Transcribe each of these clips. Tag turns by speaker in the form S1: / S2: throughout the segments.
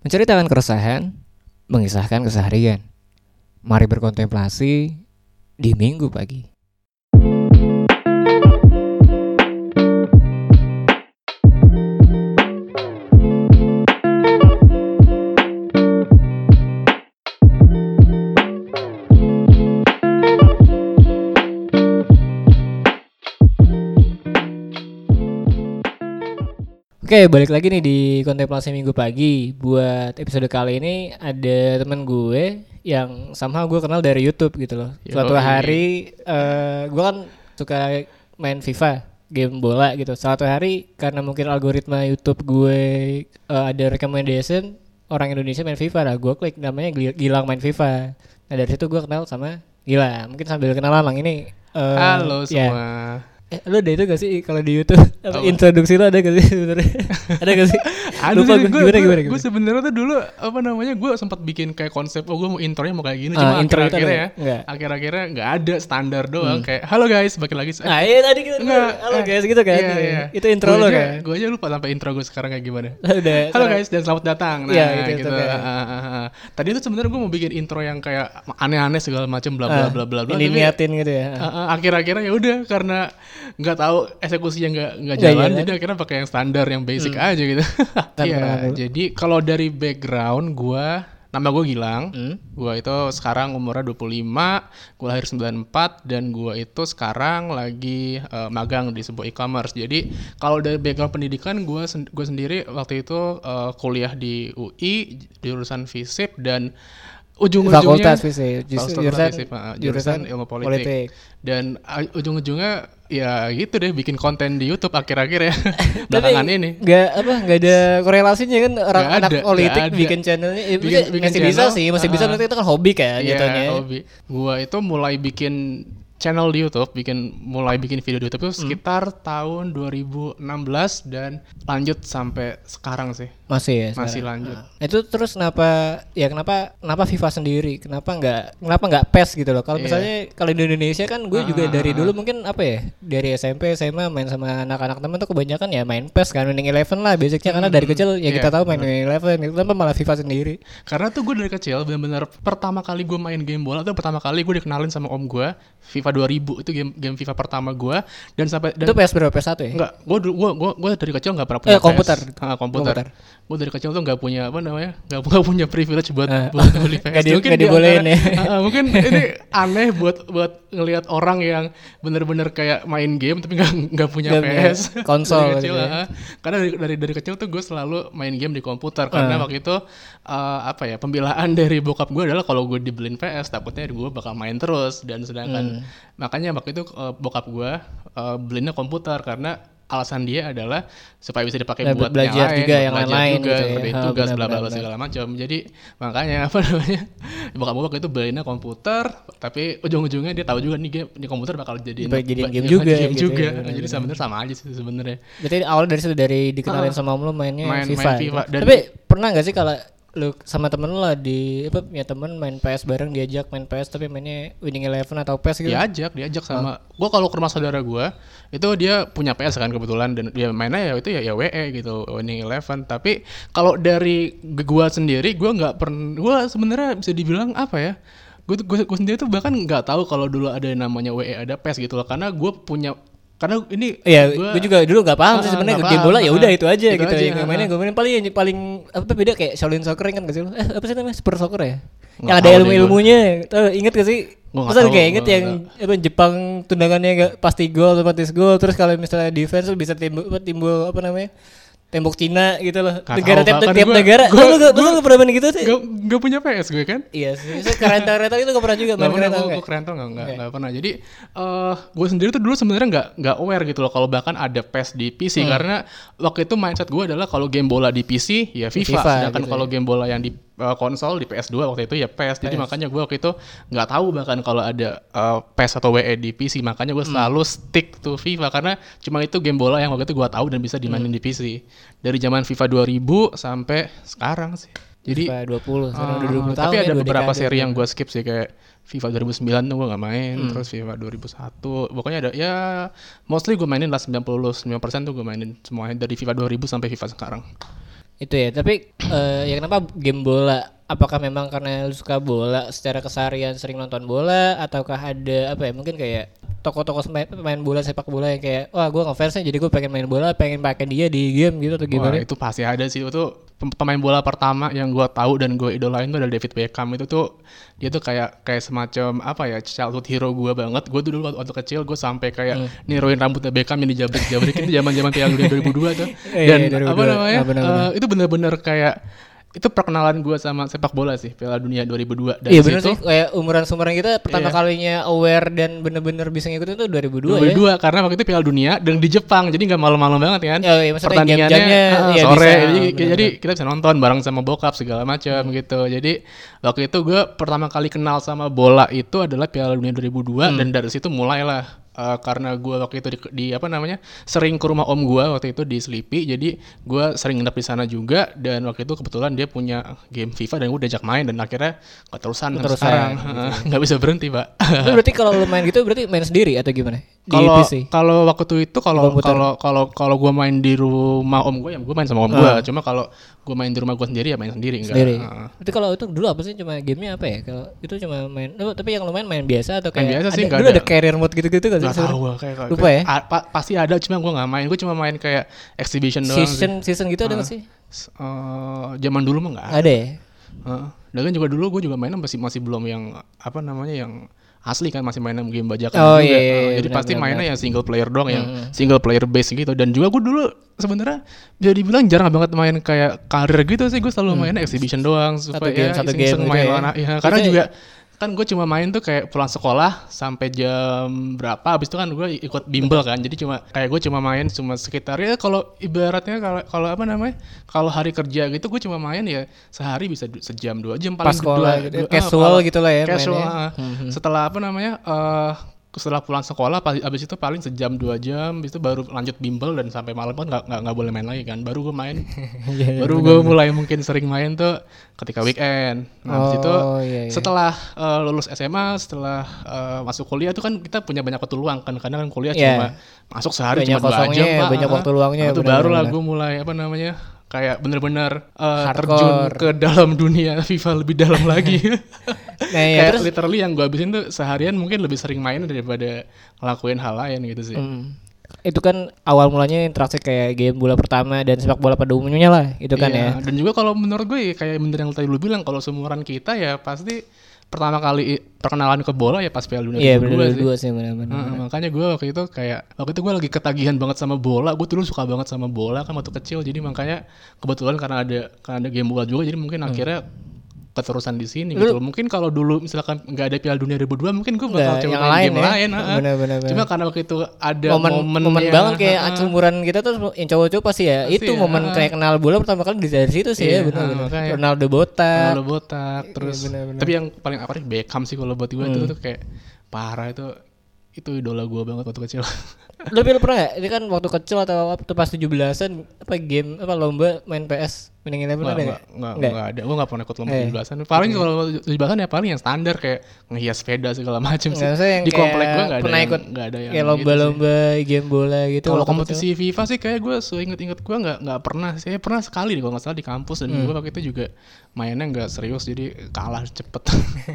S1: Menceritakan keresahan, mengisahkan keseharian. Mari berkontemplasi di Minggu pagi. Oke, balik lagi nih di kontemplasi Minggu pagi. Buat episode kali ini ada temen gue yang somehow gue kenal dari YouTube gitu loh. Suatu hari gue kan suka main FIFA, game bola gitu. Suatu hari karena mungkin algoritma YouTube gue ada recommendation orang Indonesia main FIFA lah. Gue klik namanya Gilang main FIFA. Nah dari situ gue kenal sama Gilang. Mungkin sambil kenalan Lang ini.
S2: Halo
S1: ya.
S2: semua.
S1: Lu ada itu gak sih kalau di YouTube introduksi lu ada gak sih sebenarnya? Ada gak sih? Lupa gimana?
S2: Gue sebenarnya tuh dulu gue sempat bikin kayak konsep gue mau intronya mau kayak gini
S1: Ah,
S2: cuma
S1: intro
S2: akhir-akhirnya nggak ada standar doang kayak halo guys balik lagi.
S1: Nah, iya tadi gitu. Halo guys gitu kan.
S2: Iya.
S1: Itu intro lo kan.
S2: Gue aja lupa sampai intro gue sekarang kayak gimana.
S1: Udah.
S2: Halo guys dan selamat datang. Nah,
S1: Iya, gitu.
S2: Tadi itu sebenarnya gue mau bikin intro yang kayak aneh-aneh segala macam bla bla bla bla bla.
S1: Ini niatin gitu ya.
S2: Akhir-akhirnya ya udah karena nggak tahu eksekusinya nggak jalan jadi akhirnya pakai yang standar yang basic aja gitu. Iya, jadi kalau dari background nama gue Gilang. Gue itu sekarang umurnya 25, gue lahir 94 dan gue itu sekarang lagi magang di sebuah e-commerce. Jadi kalau dari background pendidikan gue sendiri waktu itu kuliah di UI jurusan FISIP dan ujung-ujungnya
S1: Fakultas Fisik,
S2: jurusan ilmu politik. Dan ujung-ujungnya ya gitu deh bikin konten di YouTube akhir-akhir ya belakangan ini.
S1: Nggak ada korelasinya kan orang anak politik bikin channelnya. Masih bisa sih, berarti itu kan hobi kan jatuhnya.
S2: Hobi. Gua itu mulai bikin channel di YouTube, mulai bikin video di YouTube itu sekitar tahun 2016 dan lanjut sampai sekarang sih.
S1: Masih
S2: lanjut.
S1: Itu terus kenapa FIFA sendiri? Kenapa nggak PES gitu loh? Kalau misalnya kalau di Indonesia kan gue juga dari dulu mungkin dari SMP SMA main sama anak-anak teman tuh kebanyakan ya main PES kan, Winning Eleven lah basicnya karena dari kecil ya kita tahu main Winning Eleven itu kenapa malah FIFA sendiri?
S2: Karena tuh gue dari kecil benar-benar pertama kali gue main game bola tuh pertama kali gue dikenalin sama om gue FIFA 2000 itu game FIFA pertama gue dan itu
S1: PS berapa? PS1 ya?
S2: Enggak, gue dari kecil nggak pernah punya
S1: komputer.
S2: Gue dari kecil tuh nggak punya nggak punya privilege buat beli PS.
S1: Nggak dibolehin ya.
S2: Mungkin ini aneh buat ngelihat orang yang benar-benar kayak main game tapi nggak punya PS
S1: konsol
S2: dari kecil.
S1: gitu ya.
S2: Karena dari kecil tuh gue selalu main game di komputer karena waktu itu pembelaan dari bokap gue adalah kalau gue dibeliin PS takutnya gue bakal main terus dan sedangkan makanya waktu itu bokap gue belinya komputer karena alasan dia adalah supaya bisa dipakai buat
S1: belajar yang lain
S2: juga, kerjain tugas bla bla segala macam. Jadi makanya bokap gue waktu itu belinya komputer tapi ujung-ujungnya dia tahu juga nih game di komputer bakal jadiin
S1: game juga.
S2: Jadi sebenarnya sama aja sih sebenarnya.
S1: Berarti awal dari situ dari dikenalin sama om lu mainnya FIFA.
S2: Dan
S1: tapi pernah nggak sih kalau lu sama temen lu lah punya temen main PS bareng diajak main PS tapi mainnya Winning Eleven atau PES gitu?
S2: Diajak sama gue kalau ke rumah saudara gue itu dia punya PS kan kebetulan dan dia mainnya ya WE gitu Winning Eleven. Tapi kalau dari gue sendiri gue nggak pernah, gue sebenarnya bisa dibilang apa ya, gue sendiri tuh bahkan nggak tahu kalau dulu ada yang namanya WE ada PES gitu loh karena ini
S1: gue juga dulu nggak paham sih sebenarnya game bola ya udah itu aja gitu ya. Gue mainin paling apa beda kayak Shaolin Soccer kan gak sih? Apa sih namanya Super Soccer ya? Yang ada ilmu-ilmunya. Ingat gak sih? Masa kayak inget yang Jepang tendangannya pasti gol otomatis gol terus kalau misalnya defense bisa timbul apa namanya? Tembok Cina gitu loh. Negara tiap negara. Lu pernah main gitu sih?
S2: Gak punya PS gue kan?
S1: Iya sih. Kereta itu gak pernah juga main kereta.
S2: Gue kereta gak pernah. Jadi gue sendiri tuh dulu sebenarnya gak aware gitu loh kalau bahkan ada PES di PC karena waktu itu mindset gue adalah kalau game bola di PC ya FIFA sedangkan kalau game bola yang di konsol di PS2 waktu itu ya PES. Jadi makanya gue waktu itu nggak tahu bahkan kalau ada PES atau WE di PC. Makanya gue selalu stick to FIFA karena cuma itu game bola yang waktu itu gue tahu dan bisa dimainin di PC dari zaman FIFA 2000 sampai sekarang sih. Jadi
S1: FIFA 20 sekarang udah 20 tahun.
S2: Tapi ada beberapa seri yang gue skip sih kayak FIFA 2009 tuh gue gak main, terus FIFA 2001, pokoknya ada ya mostly gue mainin lah 99% tuh gue mainin semuanya dari FIFA 2000 sampai FIFA sekarang.
S1: Itu ya, tapi ya kenapa game bola? Apakah memang karena lu suka bola secara keseharian sering nonton bola, ataukah ada apa ya, mungkin kayak toko-toko pemain bola sepak bola yang kayak wah gue ngefansnya jadi gue pengen main bola, pengen pakai dia di game gitu atau gimana?
S2: Wah, itu pasti ada sih. Itu pemain bola pertama yang gue tahu dan gue idolain tuh adalah David Beckham. Itu tuh dia tuh kayak semacam apa ya, childhood hero gue banget. Gue dulu waktu kecil gue sampai kayak niruin rambutnya Beckham yang dijabrik-jabrikin itu zaman-zaman Piala Dunia 2002 tuh. Dan apa namanya? Itu benar-benar kayak itu perkenalan gue sama sepak bola sih, Piala Dunia 2002. Dan
S1: iya bener sih, kayak umuran-umuran kita pertama kalinya aware dan bener-bener bisa ngikutin tuh 2002 ya.
S2: 2002 karena waktu itu Piala Dunia dan di Jepang, jadi nggak malam-malam banget kan.
S1: Iya,
S2: pertandingannya
S1: ya
S2: sore,
S1: bisa,
S2: jadi kita bisa nonton bareng sama bokap segala macam gitu. Jadi waktu itu gue pertama kali kenal sama bola itu adalah Piala Dunia 2002 dan dari situ mulailah. Karena gue waktu itu di apa namanya sering ke rumah om gue waktu itu di Sleepy, jadi gue sering nginep di sana juga, dan waktu itu kebetulan dia punya game FIFA dan gue diajak main dan akhirnya keterusan sampai sekarang nggak bisa berhenti pak.
S1: Berarti kalau lu main gitu berarti main sendiri atau gimana?
S2: Kalau waktu itu kalau gue main di rumah om gue ya gue main sama om gue, cuma kalau gue main di rumah gue sendiri ya main sendiri enggak.
S1: Berarti kalau itu dulu apa sih, cuma gamenya apa ya? Kalau itu cuma main, tapi yang lu main biasa atau kayak
S2: main biasa sih,
S1: dulu ada career mode gitu-gitu kan?
S2: Gak tau gue kayak
S1: lupa ya?
S2: Pasti ada, cuma gue gak main. Gue cuma main kayak exhibition doang.
S1: Season gitu ada gak sih?
S2: Zaman dulu mah gak
S1: ada ya?
S2: Dan kan juga dulu gue juga mainnya masih belum yang apa namanya yang asli kan, masih main game bajakan juga. Jadi benar, pasti mainnya yang single player doang, yang single player base gitu. Dan juga gue dulu sebenarnya bisa dibilang jarang banget main kayak karir gitu sih. Gue selalu main exhibition doang supaya
S1: satu game
S2: main
S1: gitu
S2: ya. Karena juga kan gue cuma main tuh kayak pulang sekolah sampai jam berapa, abis itu kan gue ikut bimbel kan, jadi gue cuma main sekitar ya, kalau ibaratnya kalau apa namanya, kalau hari kerja gitu gue cuma main ya sehari bisa sejam 2 jam paling.
S1: Pas sekolah gitu, casual gitu lah ya
S2: casual setelah apa namanya setelah pulang sekolah abis itu paling sejam 2 jam, abis itu baru lanjut bimbel dan sampai malam kan nggak boleh main lagi kan, baru gue main baru gue mulai mungkin sering main tuh ketika weekend. Nah abis itu setelah lulus SMA, setelah masuk kuliah tuh kan kita punya banyak waktu luang kan, karena kan kuliah cuma masuk sehari cuma 2 jam pak,
S1: banyak waktu luangnya.
S2: Itu baru lah gue mulai apa namanya kayak bener-bener terjun ke dalam dunia FIFA lebih dalam lagi.
S1: Nah, ya,
S2: kayak
S1: terus
S2: literally yang gue habisin tuh seharian mungkin lebih sering main daripada ngelakuin hal lain gitu sih.
S1: Itu kan awal mulanya interaksi kayak game bola pertama dan sepak bola pada umumnya lah, itu kan ya.
S2: Dan juga kalau menurut gue kayak bener yang tadi lu bilang, kalau seumuran kita ya pasti pertama kali perkenalan ke bola ya pas Piala Dunia 2002
S1: sih benar-benar.
S2: Makanya gue waktu itu gue lagi ketagihan banget sama bola. Gue dulu suka banget sama bola kan waktu kecil, jadi makanya kebetulan karena ada game bola juga, jadi mungkin akhirnya keterusan di sini gitu. Mungkin kalau dulu misalkan nggak ada Piala Dunia 2002 mungkin gue bakal coba main game lain.
S1: Bener.
S2: Cuma karena waktu itu ada
S1: momen banget kayak umuran kita tuh yang cowok-cowok pasti ya. Itu momen kayak kenal bola pertama kali dari situ sih ya, benar. Ronaldo botak
S2: terus. Tapi yang paling apa nih Beckham sih kalau buat gue itu tuh kayak parah, itu idola gue banget waktu kecil.
S1: Lu pernah gak? Ini kan waktu kecil atau waktu pas 17-an lomba main PS Winning Eleven ada gak?
S2: Nggak ada, gue gak pernah ikut lomba 17-an. Paling kalau 17-an ya paling yang standar kayak ngehias sepeda segala macam sih.
S1: Di komplek gue gak ada yang kayak lomba-lomba game bola gitu.
S2: Kalau kompetisi FIFA sih kayak gue seinget-inget gue gak pernah. Saya pernah sekali kalau gak salah di kampus, dan gue waktu itu juga mainnya gak serius, jadi kalah cepet.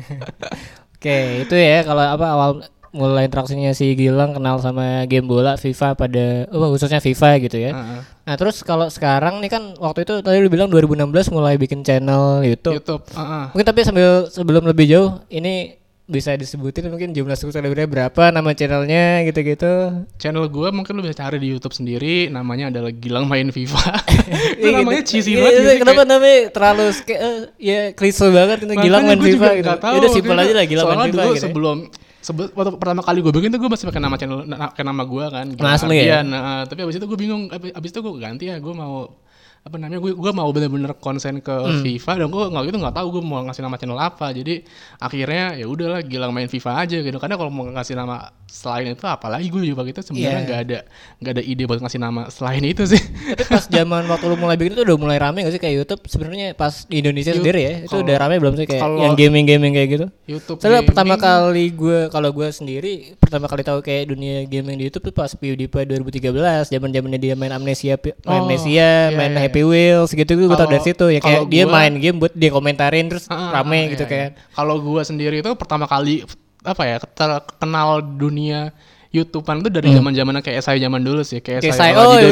S1: Oke, itu ya kalau awal mulai interaksinya si Gilang kenal sama game bola FIFA pada khususnya FIFA gitu ya. Nah terus kalau sekarang nih kan waktu itu tadi lu bilang 2016 mulai bikin channel YouTube. Mungkin tapi sebelum lebih jauh ini bisa disebutin mungkin jumlah subscribernya berapa, nama channelnya gitu-gitu.
S2: Channel gue mungkin lu bisa cari di YouTube sendiri, namanya adalah Gilang Main FIFA. Itu namanya cheesy banget.
S1: Kenapa namanya terlalu ya klise banget itu Gilang Main FIFA gitu. Udah simpel aja lah Gilang Main FIFA
S2: gitu.
S1: Soalnya
S2: dulu waktu pertama kali gue bikin tuh gue masih pakai nama channel, pakai nama gue kan.
S1: Asli ya.
S2: Tapi abis itu gue bingung, abis itu gue ganti ya, gue mau gue mau bener-bener konsen ke FIFA, dan gue nggak tahu gue mau ngasih nama channel apa. Jadi akhirnya ya udahlah Gilang Main FIFA aja gitu, karena kalau mau ngasih nama selain itu apalagi gue juga gitu sebenarnya nggak ada ide buat ngasih nama selain itu sih.
S1: Tapi pas zaman waktu lu mulai bikin itu udah mulai rame nggak sih kayak YouTube sebenarnya pas di Indonesia sendiri ya, itu udah rame belum sih kayak yang gaming kayak gitu?
S2: YouTube
S1: soalnya pertama kali gue sendiri pertama kali tahu kayak dunia gaming di YouTube tuh pas PewDiePie 2013, zamannya dia main Amnesia, main Happy Happy Wheels gitu gue tau dari situ ya, kayak dia main game buat dia komentarin terus rame gitu kan.
S2: Kalau gue sendiri itu pertama kali kenal dunia YouTubean tuh dari zaman-zaman kayak SI zaman dulu sih, kayak SI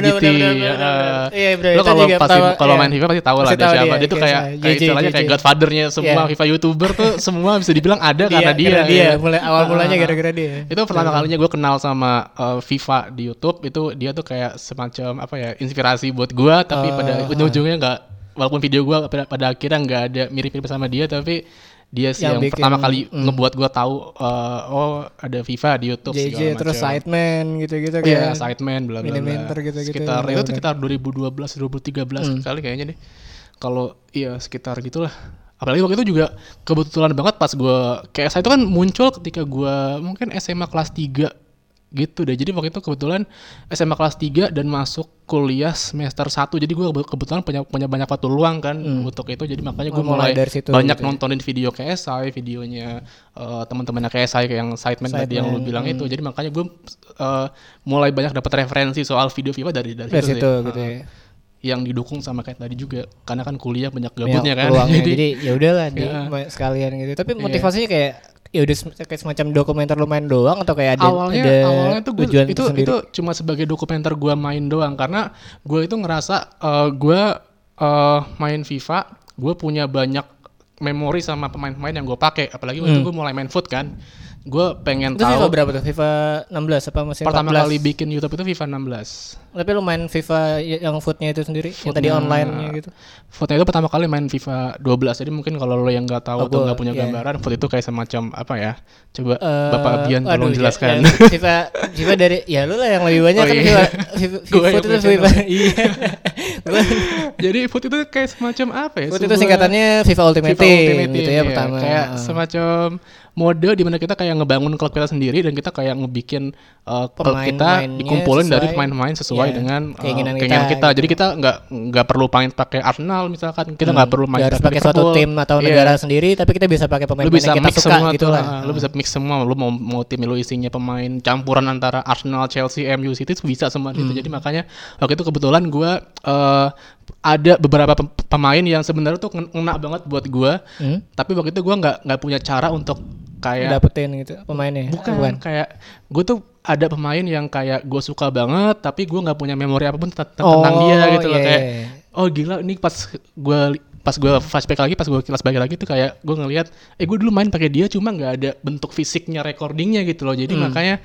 S2: lo kalau main FIFA pasti tahu lah dia siapa. Dia tuh kayak istilahnya kayak godfather-nya semua FIFA YouTuber tuh semua bisa dibilang ada karena dia.
S1: Mulai awal mulanya gara-gara dia.
S2: Itu pertama kalinya gue kenal sama FIFA di YouTube. Itu dia tuh kayak semacam inspirasi buat gue, tapi pada ujung-ujungnya nggak, walaupun video gue pada akhirnya nggak ada mirip-mirip sama dia, tapi dia sih yang pertama kali ngebuat gue tahu ada FIFA di YouTube
S1: JJ, segala macam. Terus Sideman gitu-gitu kan.
S2: Iya, Sideman bla bla bla.
S1: Gitu-gitu.
S2: Sekitar 2012 2013 kali kayaknya deh. Kalau sekitar gitulah. Apalagi waktu itu juga kebetulan banget pas gue kayak saya itu kan muncul ketika gue mungkin SMA kelas 3 gitu deh. Jadi waktu itu kebetulan SMA kelas 3 dan masuk kuliah semester 1. Jadi gue kebetulan punya banyak waktu luang kan untuk itu. Jadi makanya gue mulai banyak nontonin video KSI, videonya teman-temannya KSI kayak yang Sideman tadi yang lu bilang itu. Jadi makanya gue mulai banyak dapat referensi soal video FIFA dari situ
S1: gitu ya.
S2: Yang didukung sama kayak tadi juga karena kan kuliah banyak gabutnya kan.
S1: Jadi ya udahlah sekalian gitu. Tapi motivasinya kayak ya udah kayak semacam dokumenter lu main doang atau kayak ada
S2: awalnya tuh
S1: tujuan
S2: itu cuma sebagai dokumenter gue main doang, karena gue itu ngerasa gue main FIFA gue punya banyak memori sama pemain-pemain yang gue pakai, apalagi waktu itu gue mulai main foot kan. Gue pengen
S1: itu
S2: tahu
S1: FIFA berapa tuh? FIFA 16 apa masih 14?
S2: Pertama kali bikin YouTube itu FIFA 16.
S1: Tapi lu main FIFA yang footnya itu sendiri, yang tadi online-nya gitu?
S2: Footnya itu pertama kali main FIFA 12. Jadi mungkin kalau lo yang nggak tahu atau nggak punya gambaran, foot itu kayak semacam apa ya? Coba Bapak Bian tolong jelaskan.
S1: FIFA dari ya lu lah yang lebih banyak kan. Foot itu FIFA. Iya.
S2: Jadi foot itu kayak semacam apa ya?
S1: Foot itu singkatannya FIFA Ultimate Team gitu ya pertama.
S2: Kayak semacam mode di mana kita kayak ngebangun klub kita sendiri dan kita kayak ngebikin klub kita dikumpulin dari pemain-pemain sesuai dengan keinginan kita. Jadi kita nggak perlu main pakai Arsenal misalkan, kita nggak perlu main
S1: pakai suatu tim atau negara sendiri, tapi kita bisa pakai pemain-pemain yang kita suka gitu lah.
S2: Lu bisa mix semua, lu mau tim lu isinya pemain campuran antara Arsenal, Chelsea, MU, City itu bisa semua gitu. Jadi makanya waktu itu kebetulan gue ada beberapa pemain yang sebenarnya tuh ngena banget buat gue, tapi waktu itu gue nggak punya cara untuk kayak
S1: dapetin gitu pemainnya.
S2: Bukan. Kayak gue tuh ada pemain yang kayak gue suka banget, tapi gue nggak punya memori apapun tentang dia gitu loh. Kayak oh gila, ini pas gue flashback lagi, pas gue kilas balik lagi tuh kayak gue ngelihat gue dulu main pakai dia cuma nggak ada bentuk fisiknya recordingnya gitu loh. Jadi makanya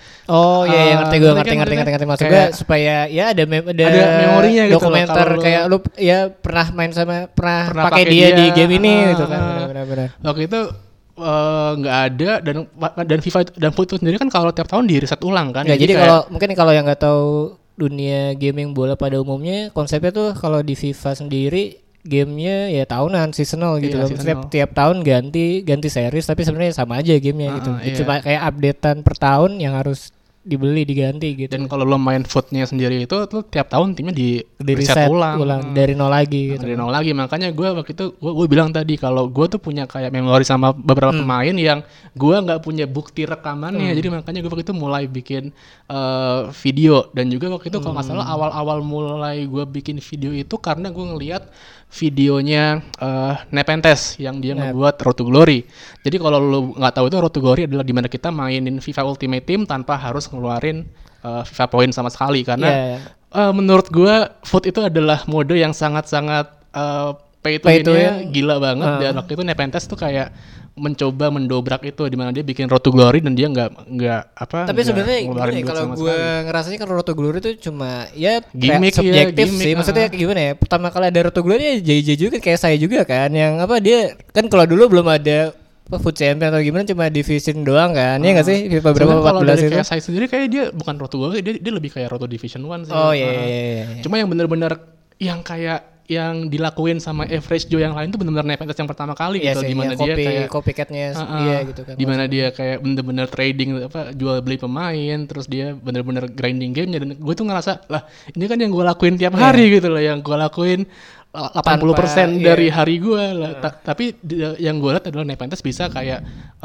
S1: ngerti maksud gue supaya ya ada memorinya gitu, dokumenter loh, kayak lu ya pernah pakai dia di game ini gitu kan. Benar-benar
S2: waktu itu nggak ada, dan FIFA dan foot itu sendiri kan kalau tiap tahun di reset ulang kan.
S1: Ya, jadi kalau yang nggak tahu dunia gaming bola pada umumnya, konsepnya tuh kalau di FIFA sendiri gamenya ya tahunan, seasonal gitu loh. Tiap tahun ganti series, tapi sebenarnya sama aja gamenya gitu. Cuma kayak updatean per tahun yang harus dibeli, diganti gitu.
S2: Dan kalau lo main footnya sendiri itu tuh tiap tahun timnya di reset ulang
S1: dari nol lagi gitu.
S2: Dari nol lagi. Makanya gue waktu itu gue bilang tadi kalau gue tuh punya kayak memori sama beberapa pemain yang gue nggak punya bukti rekamannya. Jadi makanya gue waktu itu mulai bikin video. Dan juga waktu itu kalau nggak salah awal-awal mulai gue bikin video itu karena gue ngelihat videonya Nepenthes yang dia ngebuat Road to Glory. Jadi kalau lo nggak tahu, itu Road to Glory adalah dimana kita mainin FIFA Ultimate Team tanpa harus ngeluarin FIFA Point sama sekali, karena menurut gue foot itu adalah mode yang sangat-sangat pay to win-nya gila banget. Dan waktu itu Nepenthes tuh kayak mencoba mendobrak itu, di mana dia bikin Road to Glory dan dia nggak apa.
S1: Tapi sebenarnya kalau gue ngerasanya kalau Road to Glory itu cuma ya gimmick, subjektif sih. Maksudnya gimana ya? Pertama kali ada Road to Glory ya JJ juga kayak saya juga kan, yang apa dia kan kalau dulu belum ada Food Champion atau gimana, cuma division doang kan. Iya enggak sih? FIFA berapa 14
S2: kalau
S1: itu.
S2: Kayak saya sendiri kayak dia bukan Road to Glory, dia lebih kayak Road to Division 1 sih.
S1: Oh iya.
S2: Cuma yang benar-benar yang kayak yang dilakuin sama average Joe yang lain tuh benar-benar Nepenthes yang pertama kali gitu, di mana dia kayak
S1: copycatnya dia gitu kan.
S2: Di mana dia kayak benar-benar trading jual beli pemain, terus dia benar-benar grinding gamenya. Dan gue tuh ngerasa lah, ini kan yang gue lakuin tiap hari gitu loh, yang gue lakuin 80% dari hari gue lah. Tapi yang gue lihat adalah Nepenthes bisa kayak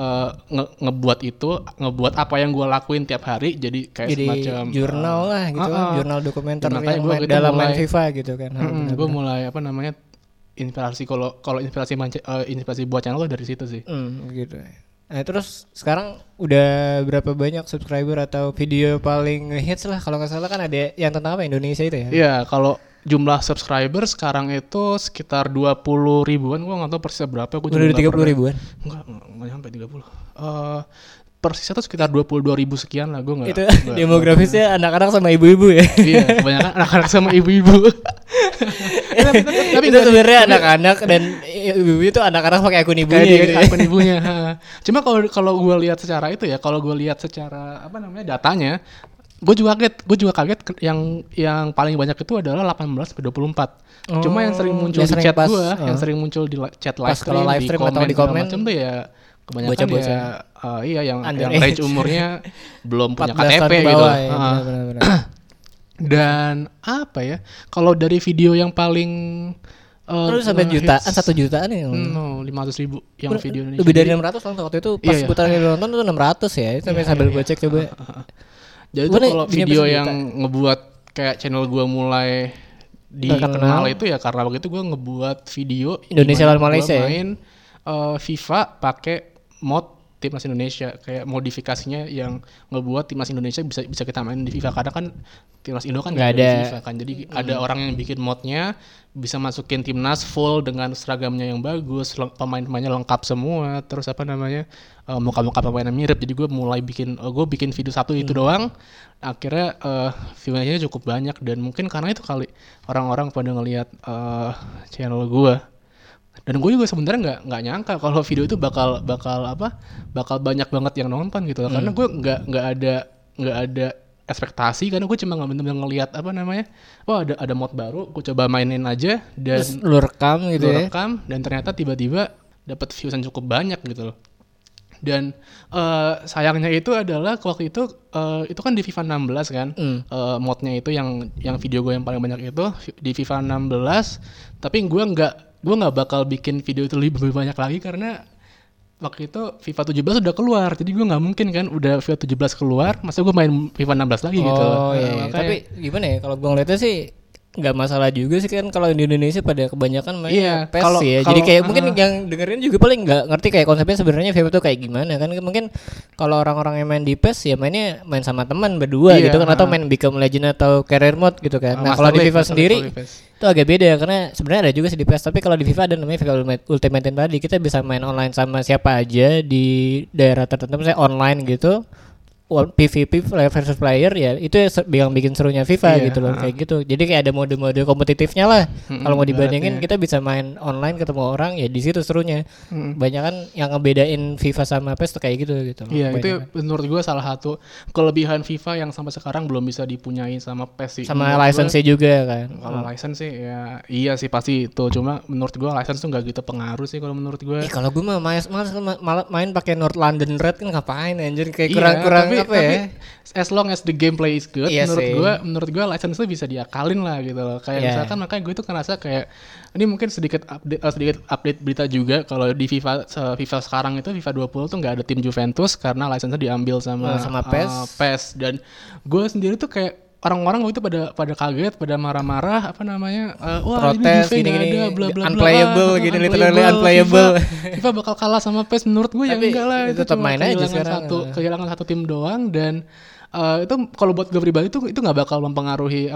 S2: ngebuat apa yang gue lakuin tiap hari jadi kayak semacam
S1: jurnal lah gitu kan, jurnal dokumenter yang dalam main FIFA gitu kan.
S2: Gue mulai inspirasi kalau inspirasi buat channel lo dari situ sih.
S1: Gitu. Nah terus sekarang udah berapa banyak subscriber atau video paling hits lah, kalau nggak salah kan ada yang tentang apa Indonesia itu ya?
S2: Iya, kalau jumlah subscriber sekarang itu sekitar 20 ribuan, gue nggak tahu persisnya berapa.
S1: Udah 30 ribuan?
S2: Enggak sampai 30. Persisnya tuh sekitar 22 ribu sekian lah, gue nggak.
S1: Itu demografisnya anak-anak sama ibu-ibu ya?
S2: Iya, kebanyakan anak-anak sama ibu-ibu.
S1: Tapi itu sebenarnya anak-anak dan ibu itu anak-anak pakai akun ibunya gitu ya.
S2: Akun ibunya. Cuma kalau gue lihat secara itu ya, kalau gue lihat secara datanya, gue juga kaget yang paling banyak itu adalah 18 ke 24. Cuma yang sering muncul di chat gue, yang sering muncul di chat live stream, di komen macam tuh ya kebanyakan yang range umurnya belum punya KTP gitu. Dan apa ya? Kalau dari video yang paling
S1: terus sampai jutaan, 1 jutaan ya?
S2: 500.000 yang video Indonesia.
S1: Lebih dari 600 lah waktu itu pas gue terakhir nonton tuh 600 ya. Itu sambil gue cek coba.
S2: Jadi tuh kalau video yang ngebuat kayak channel gue mulai dikenal itu ya karena waktu itu gue ngebuat video
S1: Indonesia lawan Malaysia
S2: main FIFA pakai mod timnas Indonesia, kayak modifikasinya yang ngebuat timnas Indonesia bisa kita main di FIFA, karena kan timnas Indo kan nggak ada di FIFA kan, jadi ada orang yang bikin modnya bisa masukin timnas full dengan seragamnya yang bagus, pemain-pemainnya lengkap semua, terus muka-muka pemainnya mirip. Jadi gue mulai bikin video satu itu doang, akhirnya view-nya cukup banyak, dan mungkin karena itu kali orang-orang pada ngelihat channel gue. Dan gue juga sebenarnya nggak nyangka kalau video itu bakal banyak banget yang nonton gitu loh. Karena gue nggak ada ekspektasi, karena gue cuma nggak bener-bener ngelihat ada mod baru, gue coba mainin aja dan
S1: lu rekam gitu ya.
S2: Dan ternyata tiba-tiba dapat views yang cukup banyak gitu loh. Dan sayangnya itu adalah waktu itu kan di FIFA 16 kan, modnya itu yang video gue yang paling banyak itu di FIFA 16, tapi gue nggak bakal bikin video itu lebih banyak lagi karena waktu itu FIFA 17 udah keluar, jadi gue nggak mungkin kan udah FIFA 17 keluar masa gue main FIFA 16 lagi gitu.
S1: Iya. Tapi gimana ya, kalau gue ngeliatnya sih nggak masalah juga sih kan, kalau di Indonesia pada kebanyakan main PES sih ya. Jadi kayak mungkin yang dengerin juga paling nggak ngerti kayak konsepnya sebenarnya FIFA tuh kayak gimana kan. Mungkin kalau orang-orang yang main di PES ya mainnya main sama teman berdua gitu kan, atau main Become Legend atau Career Mode gitu kan. Nah kalau di FIFA sendiri itu agak beda karena sebenarnya ada juga sih di PES, tapi kalau di FIFA ada namanya FIFA Ultimate Team tadi, kita bisa main online sama siapa aja di daerah tertentu, misalnya online gitu. PVP player versus player ya, itu yang bikin serunya FIFA gitu loh, kayak gitu. Jadi kayak ada mode-mode kompetitifnya lah. Kalau mau dibandingin kita bisa main online ketemu orang ya, di situ serunya. Banyak kan yang ngebedain FIFA sama PES tuh kayak gitu loh.
S2: Iya, itu menurut gue salah satu kelebihan FIFA yang sampai sekarang belum bisa dipunyai sama PES sih.
S1: Sama license juga kan.
S2: Kalau license sih ya iya sih pasti itu. Cuma menurut gue license tuh nggak gitu pengaruh sih kalau menurut gue.
S1: Kalau gue mah main pakai North London Red kan ngapain anjir, kayak kurang apa ya?
S2: As long as the gameplay is good, menurut gue license itu bisa diakalin lah gitu loh. Kayak misalkan makanya gue tuh ngerasa kayak ini mungkin sedikit update berita juga, kalau di FIFA sekarang itu FIFA 20 tuh nggak ada tim Juventus karena license diambil sama PES. Dan gue sendiri tuh kayak orang-orang waktu itu pada kaget, pada marah-marah, wah
S1: protes
S2: ini Juve nggak ada, bla bla bla,
S1: unplayable gitu, literally unplayable.
S2: FIFA bakal kalah sama PES. Menurut gue ya enggak lah, itu
S1: tetap main aja sekarang.
S2: Kehilangan satu tim doang, dan itu kalau buat gue pribadi itu nggak bakal mempengaruhi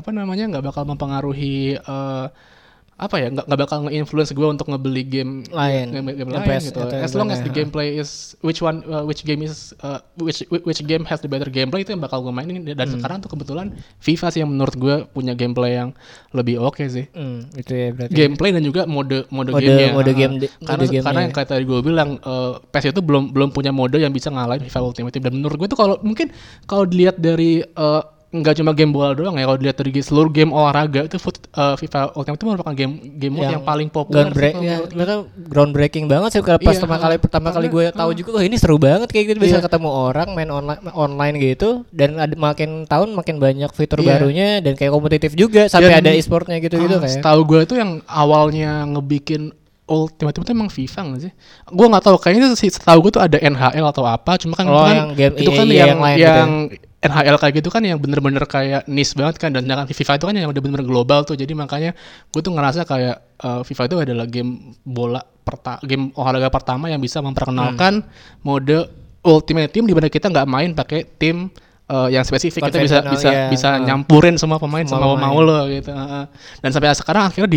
S2: nggak bakal nge-influence gue untuk ngebeli game lain gitu. As long as the gameplay is which game has the better gameplay, itu yang bakal gue mainin. Dan sekarang tuh kebetulan FIFA sih yang menurut gue punya gameplay yang lebih oke sih.
S1: Itu ya berarti.
S2: Gameplay dan juga mode gamenya. Karena yang kayak tadi gue bilang, PES itu belum punya mode yang bisa ngalahin FIFA Ultimate Team. Dan menurut gue tuh kalau dilihat dari nggak cuma game bola doang ya, kalau dilihat dari seluruh game olahraga itu FIFA Ultimate itu merupakan game mode yang paling populer
S1: groundbreaking banget sih pas pertama kali gue tahu juga ini seru banget kayak gitu, bisa ketemu orang main online gitu, dan ada makin tahun makin banyak fitur barunya dan kayak kompetitif juga sampai ada e-sportnya gitu-gitu kayak.
S2: Setahu gue tuh yang awalnya ngebikin Ultimate itu emang FIFA nggak sih? Gue nggak tahu, kayaknya sih setahu gue tuh ada NHL atau apa, cuma kan
S1: yang game
S2: itu kan yang NHL kayak gitu kan yang bener-bener kayak niche banget kan, dan sedangkan FIFA itu kan yang udah bener-bener global tuh, jadi makanya gue tuh ngerasa kayak FIFA itu adalah game game olahraga pertama yang bisa memperkenalkan mode Ultimate Team, di mana kita nggak main pakai tim yang spesifik, kita bisa nyampurin semua pemain sama mau lo gitu. Dan sampai sekarang akhirnya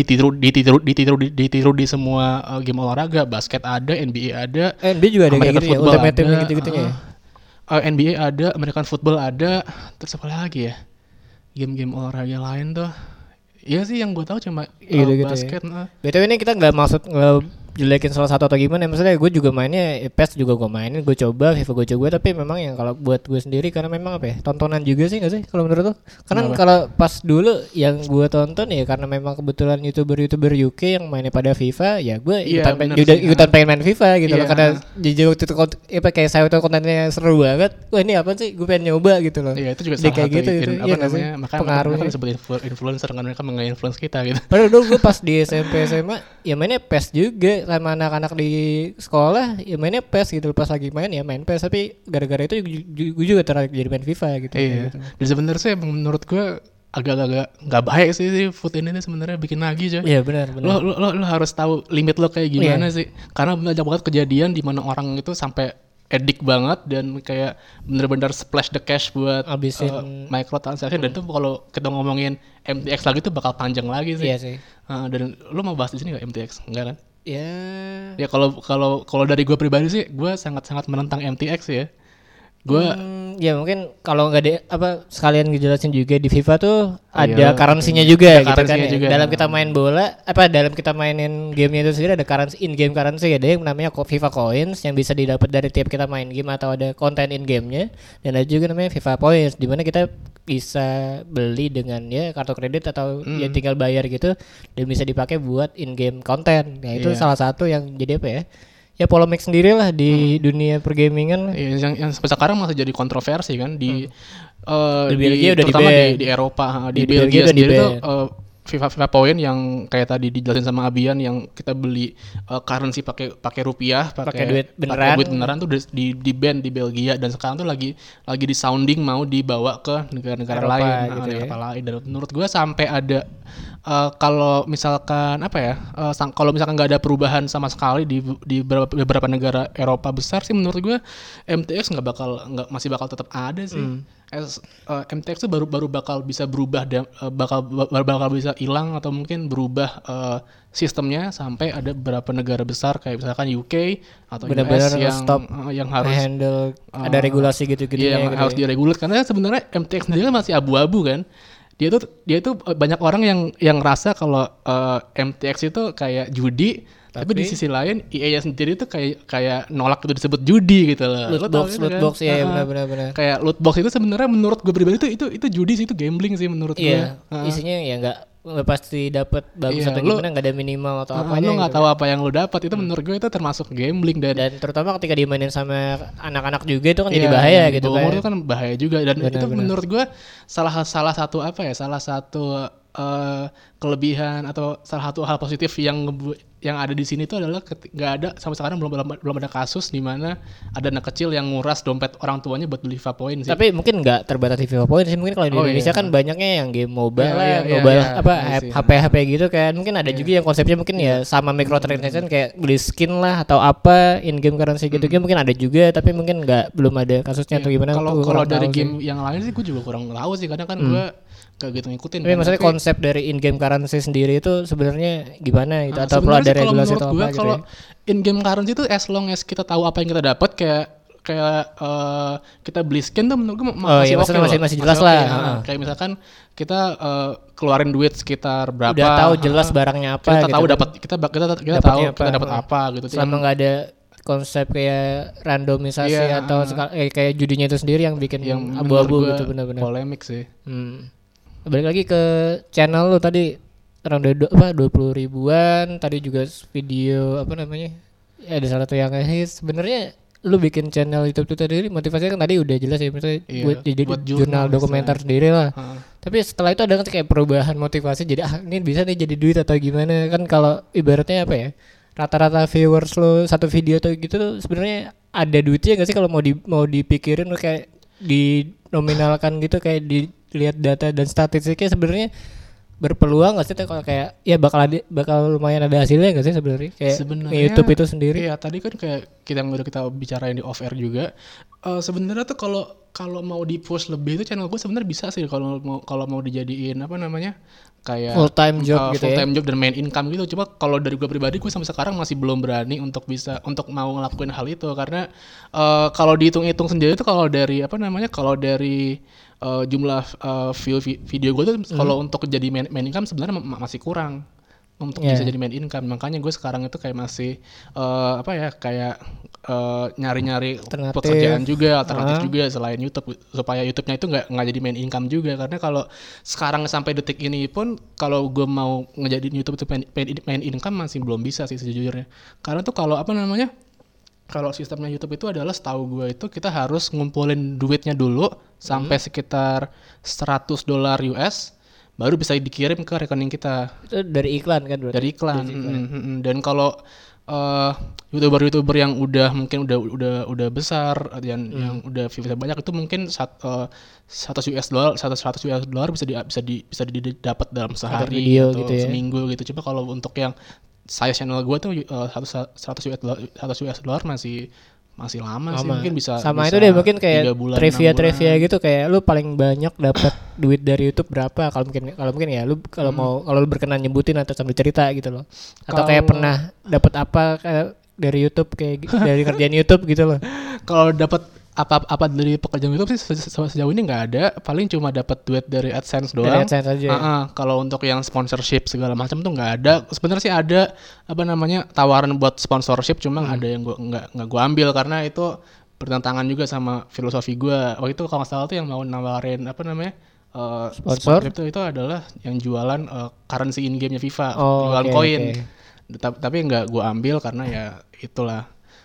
S2: ditiru di semua game olahraga, basket ada, NBA ada,
S1: NBA juga ada kayak gitu ya, Ultimate Team gitu-gitunya ya.
S2: NBA ada, American Football ada, terus apa lagi ya? Game-game olahraga lain tuh. Iya sih yang gue tahu cuma basket.
S1: Ya. BTW ini kita nggak maksud jelekin salah satu atau gimana, maksudnya gue juga mainnya PES juga gue mainin, gue coba FIFA gue coba, tapi memang yang kalau buat gue sendiri karena memang apa ya, tontonan juga sih nggak sih kalau menurut lo? Karena kalau pas dulu yang gue tonton ya karena memang kebetulan youtuber UK yang mainnya pada FIFA, ya gue ikutan pengen main FIFA gitu loh, karena jauh itu kayak saya tuh kontennya seru banget, wah ini apa sih, gue pengen nyoba gitu loh.
S2: Iya itu juga salah satu
S1: gitu,
S2: apa namanya, makanya disebut influencer kan, mereka menginfluence kita gitu.
S1: Padahal dulu gue pas di SMP SMA ya mainnya PES juga sama anak-anak di sekolah, ya mainnya PES gitu, pas lagi main ya main PES, tapi gara-gara itu gue juga tertarik jadi main FIFA gitu.
S2: Iya.
S1: Gitu.
S2: Dan sebenarnya sih menurut gue agak-agak nggak baik sih food ini sebenarnya bikin lagi coy.
S1: Iya benar.
S2: Lo harus tahu limit lo kayak gimana sih, karena banyak banget kejadian di mana orang itu sampai edik banget dan kayak bener-bener splash the cash buat microtransaction, dan itu kalau kita ngomongin MTX lagi tuh bakal panjang lagi sih.
S1: Iya sih.
S2: Dan lo mau bahas di sini nggak MTX? Enggak kan?
S1: Ya
S2: Kalau dari gue pribadi sih, gue sangat menentang MTX ya. Gue
S1: ya mungkin kalau nggak ada sekalian ngejelasin juga di FIFA tuh ada currency-nya juga gitu kan ya. Dalam kita main bola dalam kita mainin gamenya itu sendiri ada currency, in game currency, ada yang namanya FIFA coins yang bisa didapat dari tiap kita main game atau ada konten in gamenya, dan ada juga namanya FIFA points di mana kita bisa beli dengan ya kartu kredit atau ya tinggal bayar gitu, dan bisa dipakai buat in game konten. Nah itu salah satu yang jadi apa ya polemik sendiri lah di dunia pergamingan.
S2: Yang sampai sekarang masih jadi kontroversi kan di
S1: Belgia udah
S2: terutama di Eropa, di Belgia sendiri tuh FIFA Point yang kayak tadi dijelasin sama Abian, yang kita beli currency pakai rupiah, pakai duit beneran tuh di ban di Belgia, dan sekarang tuh lagi di sounding mau dibawa ke negara-negara lain gitu lain. Dan menurut gue sampai ada kalau misalkan kalau misalkan nggak ada perubahan sama sekali di beberapa negara Eropa besar sih, menurut gue MTX masih bakal tetap ada sih. MTX itu baru bakal bisa berubah dan bakal bisa hilang atau mungkin berubah sistemnya sampai ada beberapa negara besar kayak misalkan UK atau
S1: benar-benar
S2: US yang harus
S1: handle ada regulasi gitu-gitu
S2: yang
S1: gitu
S2: harus diregulat, karena sebenarnya MTX sendiri masih abu-abu kan. Dia tuh banyak orang yang rasa kalau MTX itu kayak judi, tapi di sisi lain EA sendiri tuh kayak nolak itu disebut judi gitu loh.
S1: Loot box ya benar.
S2: Kayak loot box itu sebenarnya menurut gue pribadi itu judi sih, itu gambling sih menurut gue.
S1: Isinya ya nggak pasti dapat bagus atau gimana, nggak ada minimal atau apa.
S2: Lo nggak tahu apa yang lo dapat, itu menurut gue itu termasuk gambling, dan
S1: terutama ketika dimainin sama anak-anak juga itu kan jadi bahaya gitu kan.
S2: Umur itu kan bahaya juga, dan itu menurut gue salah satu kelebihan atau salah satu hal positif yang ada di sini itu adalah nggak ada sampai sekarang belum ada kasus di mana ada anak kecil yang nguras dompet orang tuanya buat beli FIFA Point sih.
S1: Tapi mungkin nggak terbatas di FIFA Point sih, mungkin kalau di Indonesia kan banyaknya yang game mobile HP gitu kan, mungkin ada juga yang konsepnya mungkin ya sama microtransaction kayak beli skin lah atau apa in game currency gitu kan, mungkin ada juga, tapi mungkin belum ada kasusnya atau gimana.
S2: Kalau dari game yang lain sih gue juga kurang tahu sih, kadang kan gue gak gitu ngikutin.
S1: Tapi maksudnya konsep dari in-game currency sendiri itu sebenarnya gimana itu, atau perlu ada regulasi atau apa gitu?
S2: Kalau in-game currency itu as long as kita tahu apa yang kita dapat, kayak kita beli skin tuh menurut gue
S1: masih jelas lah.
S2: Kayak misalkan kita keluarin duit sekitar berapa,
S1: udah tahu jelas barangnya apa,
S2: kita tahu dapat kita tahu kita dapat apa gitu.
S1: Selama nggak ada konsep kayak randomisasi atau kayak judinya itu sendiri yang bikin abu-abu gitu, benar-benar
S2: polemik sih.
S1: Balik lagi ke channel lu tadi around 20 ribuan, tadi juga video apa namanya, ada salah satu yang hits. Sebenarnya lu bikin channel YouTube itu tadi motivasinya kan tadi udah jelas ya, misalnya buat jadi jurnal dokumenter sendiri lah. Tapi setelah itu ada kan kayak perubahan motivasi, jadi ini bisa nih jadi duit atau gimana kan. Kalau ibaratnya apa ya, rata-rata viewers lo satu video atau gitu tuh sebenarnya ada duitnya nggak sih kalau mau dipikirin kayak dinominalkan gitu, kayak dilihat data dan statistiknya sebenarnya berpeluang nggak sih kalau kayak ya bakal lumayan ada hasilnya nggak sih sebenarnya kayak YouTube itu sendiri?
S2: Iya, tadi kan kayak kita bicarain di off air juga. Sebenarnya tuh kalau mau di push lebih itu channel gue sebenarnya bisa sih kalau mau dijadiin apa namanya kayak
S1: full time job gitu,
S2: full time job dan main income gitu. Coba kalau dari gue pribadi, gue sampai sekarang masih belum berani untuk mau ngelakuin hal itu karena kalau dihitung-hitung sendiri tuh kalau dari jumlah view video gue tuh kalau untuk jadi main income sebenarnya masih kurang untuk bisa jadi main income. Makanya gue sekarang itu kayak masih nyari-nyari pekerjaan juga, alternatif juga selain YouTube, supaya YouTube-nya itu nggak jadi main income juga. Karena kalau sekarang sampai detik ini pun kalau gue mau ngejadiin YouTube itu main income masih belum bisa sih sejujurnya. Karena tuh kalau sistemnya YouTube itu adalah, setahu gue itu kita harus ngumpulin duitnya dulu sampai sekitar $100 US baru bisa dikirim ke rekening kita.
S1: Itu dari iklan kan berarti?
S2: Dari iklan. Dan kalau YouTuber yang mungkin udah besar dan yang udah views banyak itu mungkin $100 bisa didapat dalam sehari atau gitu ya, seminggu gitu. Coba kalau untuk yang size channel gue tuh $100 masih lama sih, mungkin bisa
S1: sama bisa itu deh, mungkin kayak trivia gitu, kayak lu paling banyak dapat duit dari YouTube berapa kalau mungkin ya lu kalau lu berkenan nyebutin atau sambil cerita gitu loh, atau kayak pernah dapat apa kayak dari YouTube, kayak dari kerjaan YouTube gitu loh.
S2: Kalau dapat apa dari pekerjaan YouTube sih sejauh ini nggak ada, paling cuma dapat duit dari AdSense doang.
S1: Dari AdSense aja.
S2: Kalau untuk yang sponsorship segala macam tuh nggak ada. Sebenarnya sih ada tawaran buat sponsorship, cuma ada yang nggak gue ambil karena itu bertentangan juga sama filosofi gue. Waktu itu kalau nggak salah tuh yang mau nawarin sponsor itu adalah yang jualan currency in game-nya FIFA, jualan koin. Tapi nggak gue ambil karena ya itulah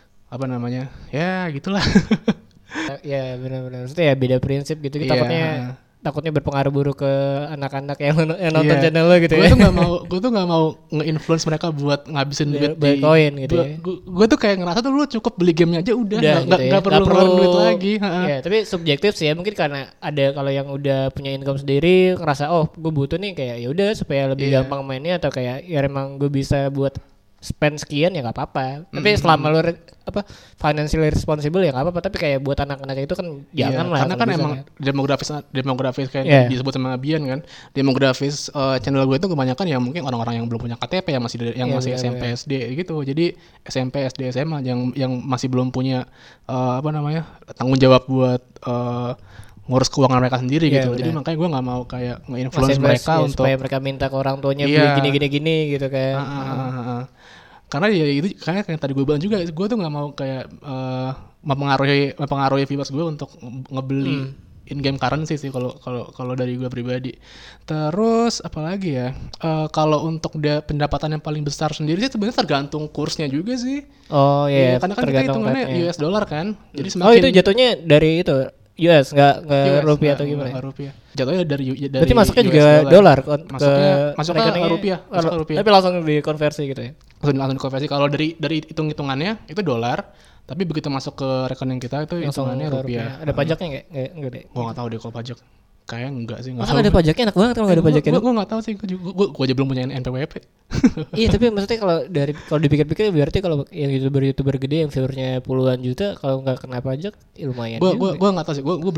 S2: ya gitulah.
S1: Ya benar-benar, maksudnya ya beda prinsip gitu. Takutnya berpengaruh buruk ke anak-anak yang nonton channel lo gitu.
S2: Gue tuh nggak mau nge-influence mereka buat ngabisin duit
S1: di koin gitu.
S2: Gue tuh kayak ngerasa tuh lu cukup beli gamenya aja udah nggak perlu ngeluarin duit lagi.
S1: Ya, tapi subjektif sih ya, mungkin karena ada kalau yang udah punya income sendiri ngerasa gue butuh nih, kayak ya udah supaya lebih gampang mainnya, atau kayak ya emang gue bisa buat spend sekian ya nggak apa-apa. Tapi selama lu financially responsible ya nggak apa-apa. Tapi kayak buat anak-anak itu kan jangan lah.
S2: Karena kan emang demografis kayak disebut sama Bian kan. Demografis channel gue itu kebanyakan ya mungkin orang-orang yang belum punya KTP, yang masih SMP SD gitu. Jadi SMP SD SMA yang masih belum punya tanggung jawab buat ngurus keuangan mereka sendiri gitu. Jadi makanya gue nggak mau kayak nge-influence mereka untuk
S1: supaya mereka minta ke orang tuanya beli gini gitu kayak.
S2: Karena ya itu kayak tadi gue bilang juga, gue tuh nggak mau kayak mempengaruhi viewers gue untuk ngebeli in-game currency sih kalau dari gue pribadi. Terus apalagi ya, kalau untuk pendapatan yang paling besar sendiri sih sebenarnya tergantung kursnya juga sih.
S1: Oh iya.
S2: Karena kan kita hitungannya US dollar kan. Jadi semakin
S1: itu jatuhnya dari itu US nggak rupiah atau gimana?
S2: Nggak rupiah. Jatuhnya dari
S1: berarti masuknya juga dolar kan?
S2: Masuknya rupiah.
S1: Tapi langsung dikonversi gitu ya?
S2: Langsung dikonversi. Kalau dari hitung-hitungannya itu dolar, tapi begitu masuk ke rekening kita itu hitungannya rupiah.
S1: Ada pajaknya nggak deh?
S2: Gue nggak tahu deh kalau pajak. Kayaknya enggak sih.
S1: Masa ada pajaknya? Enak banget kalau nggak ada pajaknya.
S2: Gue nggak tahu sih. Gue aja belum punya NPWP.
S1: Iya, tapi maksudnya kalau dipikir-pikir berarti kalau yang youtuber gede yang viewernya puluhan juta, kalau nggak kena pajak ya lumayan.
S2: Gue nggak tahu sih. Gue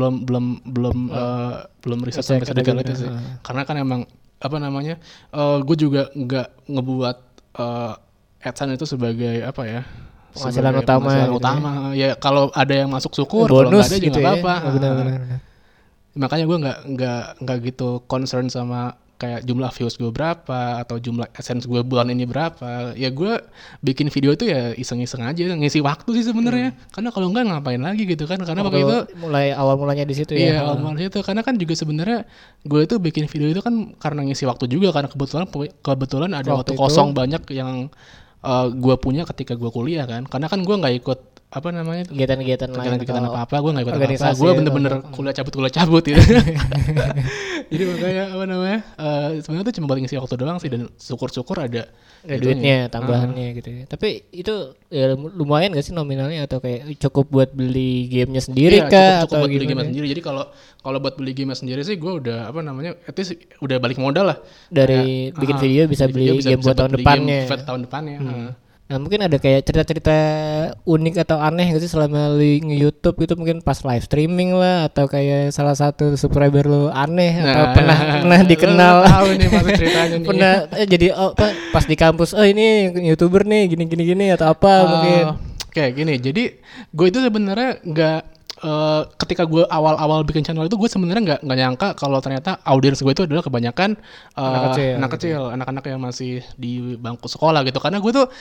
S2: belum riset sampai sedetail itu sih. Karena kan emang gue juga nggak ngebuat AdSense itu sebagai
S1: penghasilan utama.
S2: Ya kalau ada yang masuk syukur, kalau nggak ada juga nggak apa-apa.
S1: Benar.
S2: Makanya gue nggak gitu concern sama kayak jumlah views gue berapa atau jumlah AdSense gue bulan ini berapa. Ya gue bikin video itu ya iseng-iseng aja, ngisi waktu sih sebenarnya. Karena kalau enggak ngapain lagi gitu kan? Karena waktu itu
S1: mulai awal mulanya di situ ya.
S2: Iya, awal mulanya itu karena kan juga sebenarnya gue itu bikin video itu kan karena ngisi waktu juga, karena kebetulan ada waktu kosong banyak yang gue punya ketika gue kuliah kan. Karena kan gue nggak ikut apa namanya
S1: kegiatan lain
S2: apa gue nggak ikut apa gue bener-bener kuliah cabut gitu. Jadi makanya apa namanya sebenarnya tuh cuma buat ngisi waktu doang sih, dan syukur-syukur ada
S1: duitnya tambahannya gitu ya. Tapi itu ya lumayan gak sih nominalnya, atau kayak cukup buat beli gamenya sendiri kah?
S2: Cukup buat beli game sendiri. Jadi kalau buat beli game sendiri sih gue udah apa namanya at least udah balik modal lah dari
S1: bikin video bisa beli game buat tahun depannya. Nah mungkin ada kayak cerita-cerita unik atau aneh gak sih selama lu nge-YouTube gitu, mungkin pas live streaming lah, atau kayak salah satu subscriber lu aneh atau pernah dikenal.
S2: Tahu nih maksud ceritanya nih.
S1: Pernah jadi pas di kampus ini YouTuber nih gini atau apa mungkin.
S2: Kayak gini. Jadi gue itu sebenarnya enggak ketika gue awal-awal bikin channel itu gue sebenarnya nggak nyangka kalau ternyata audiens gue itu adalah kebanyakan anak kecil, anak-anak yang masih di bangku sekolah gitu. Karena gue tuh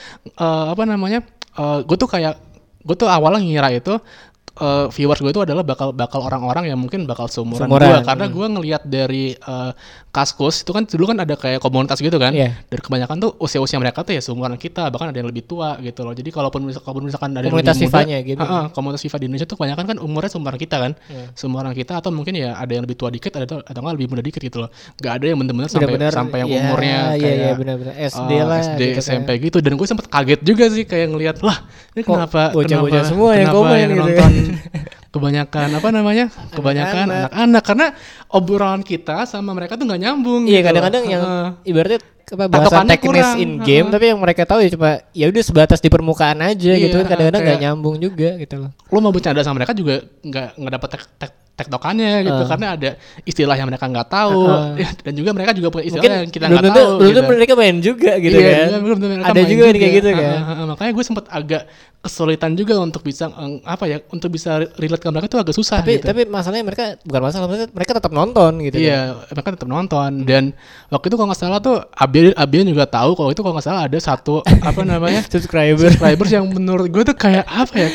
S2: gue tuh awalnya ngira itu viewers gue itu adalah bakal orang-orang yang mungkin bakal seumuran gue, karena gue ngelihat dari Kaskus itu kan dulu kan ada kayak komunitas gitu kan, dari kebanyakan tuh usia mereka tuh ya seumuran kita, bahkan ada yang lebih tua gitu loh. Jadi kalaupun misalkan ada yang lebih muda, gitu. Komunitas FIFA di Indonesia tuh kebanyakan kan umurnya seumuran kita kan, seumuran kita, atau mungkin ya ada yang lebih tua dikit, atau nggak lebih muda dikit gitu loh. Gak ada yang bener-bener sampai yang umurnya kayak
S1: SD lah,
S2: SD gitu, SMP gitu. Dan gue sempet kaget juga sih kayak ngelihat, lah ini kenapa
S1: bocah-bocah semua yang komen
S2: yang
S1: gitu
S2: nonton kebanyakan anak-anak, karena obrolan kita sama mereka tuh nggak nyambung.
S1: Iya, gitu. Kadang-kadang yang ibaratnya bahasa teknis in game, tapi yang mereka tahu ya cuma ya udah sebatas di permukaan aja gitu kan, kadang-kadang nggak nyambung juga gitu loh.
S2: Lo mau bercanda sama mereka juga nggak dapat tektokannya gitu, karena ada istilah yang mereka nggak tahu, dan juga mereka juga punya istilah mungkin yang kita nggak tahu.
S1: Belum gitu. Mereka main juga gitu kan. Ada juga kayak gitu kan.
S2: Makanya gue sempat agak kesulitan juga untuk bisa untuk bisa relate ke mereka tuh agak susah.
S1: Tapi masalahnya bukan masalah, mereka tetap nonton gitu.
S2: Iya, mereka tetap nonton. Dan waktu itu kalau nggak salah tuh Abian juga tahu kalau itu kalau nggak salah ada satu subscribers yang menurut gue tuh kayak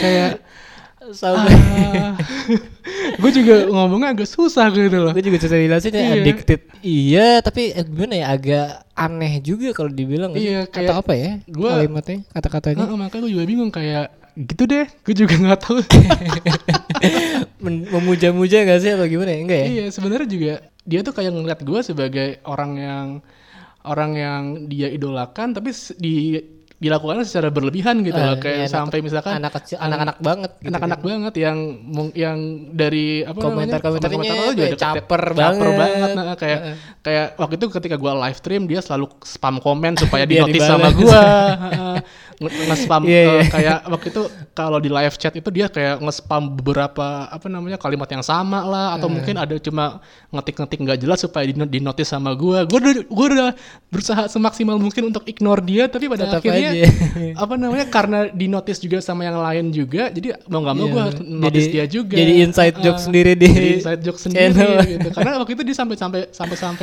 S2: gue juga ngomongnya agak susah gitu loh.
S1: Gue juga susah jelasin ya, addicted. Iya, tapi gimana ya, agak aneh juga kalau dibilang.
S2: Iya,
S1: kayak apa ya kalimatnya, kata-katanya.
S2: Makanya gue juga bingung kayak gitu deh. Gue juga nggak tahu.
S1: Memuja-muja gak sih atau gimana ya? Enggak ya?
S2: Iya, sebenarnya juga dia tuh kayak ngeliat gue sebagai orang yang dia idolakan, tapi dilakukan secara berlebihan gitu loh, kayak sampai misalkan
S1: anak-anak banget gitu,
S2: anak-anak banget yang dari
S1: komentar-komentarnya juga caper banget.
S2: Nah, kayak waktu itu ketika gue live stream dia selalu spam komen supaya di notice sama gue. Nge-spam kayak waktu itu kalau di live chat itu dia kayak nge-spam beberapa kalimat yang sama lah, atau mungkin ada cuma ngetik nggak jelas supaya di notice sama gue. Gue udah berusaha semaksimal mungkin untuk ignore dia, tapi pada akhirnya karena di notice juga sama yang lain juga, jadi mau nggak mau gue notice dia juga.
S1: Jadi inside joke sendiri di
S2: inside joke sendiri gitu. Karena waktu itu dia sampai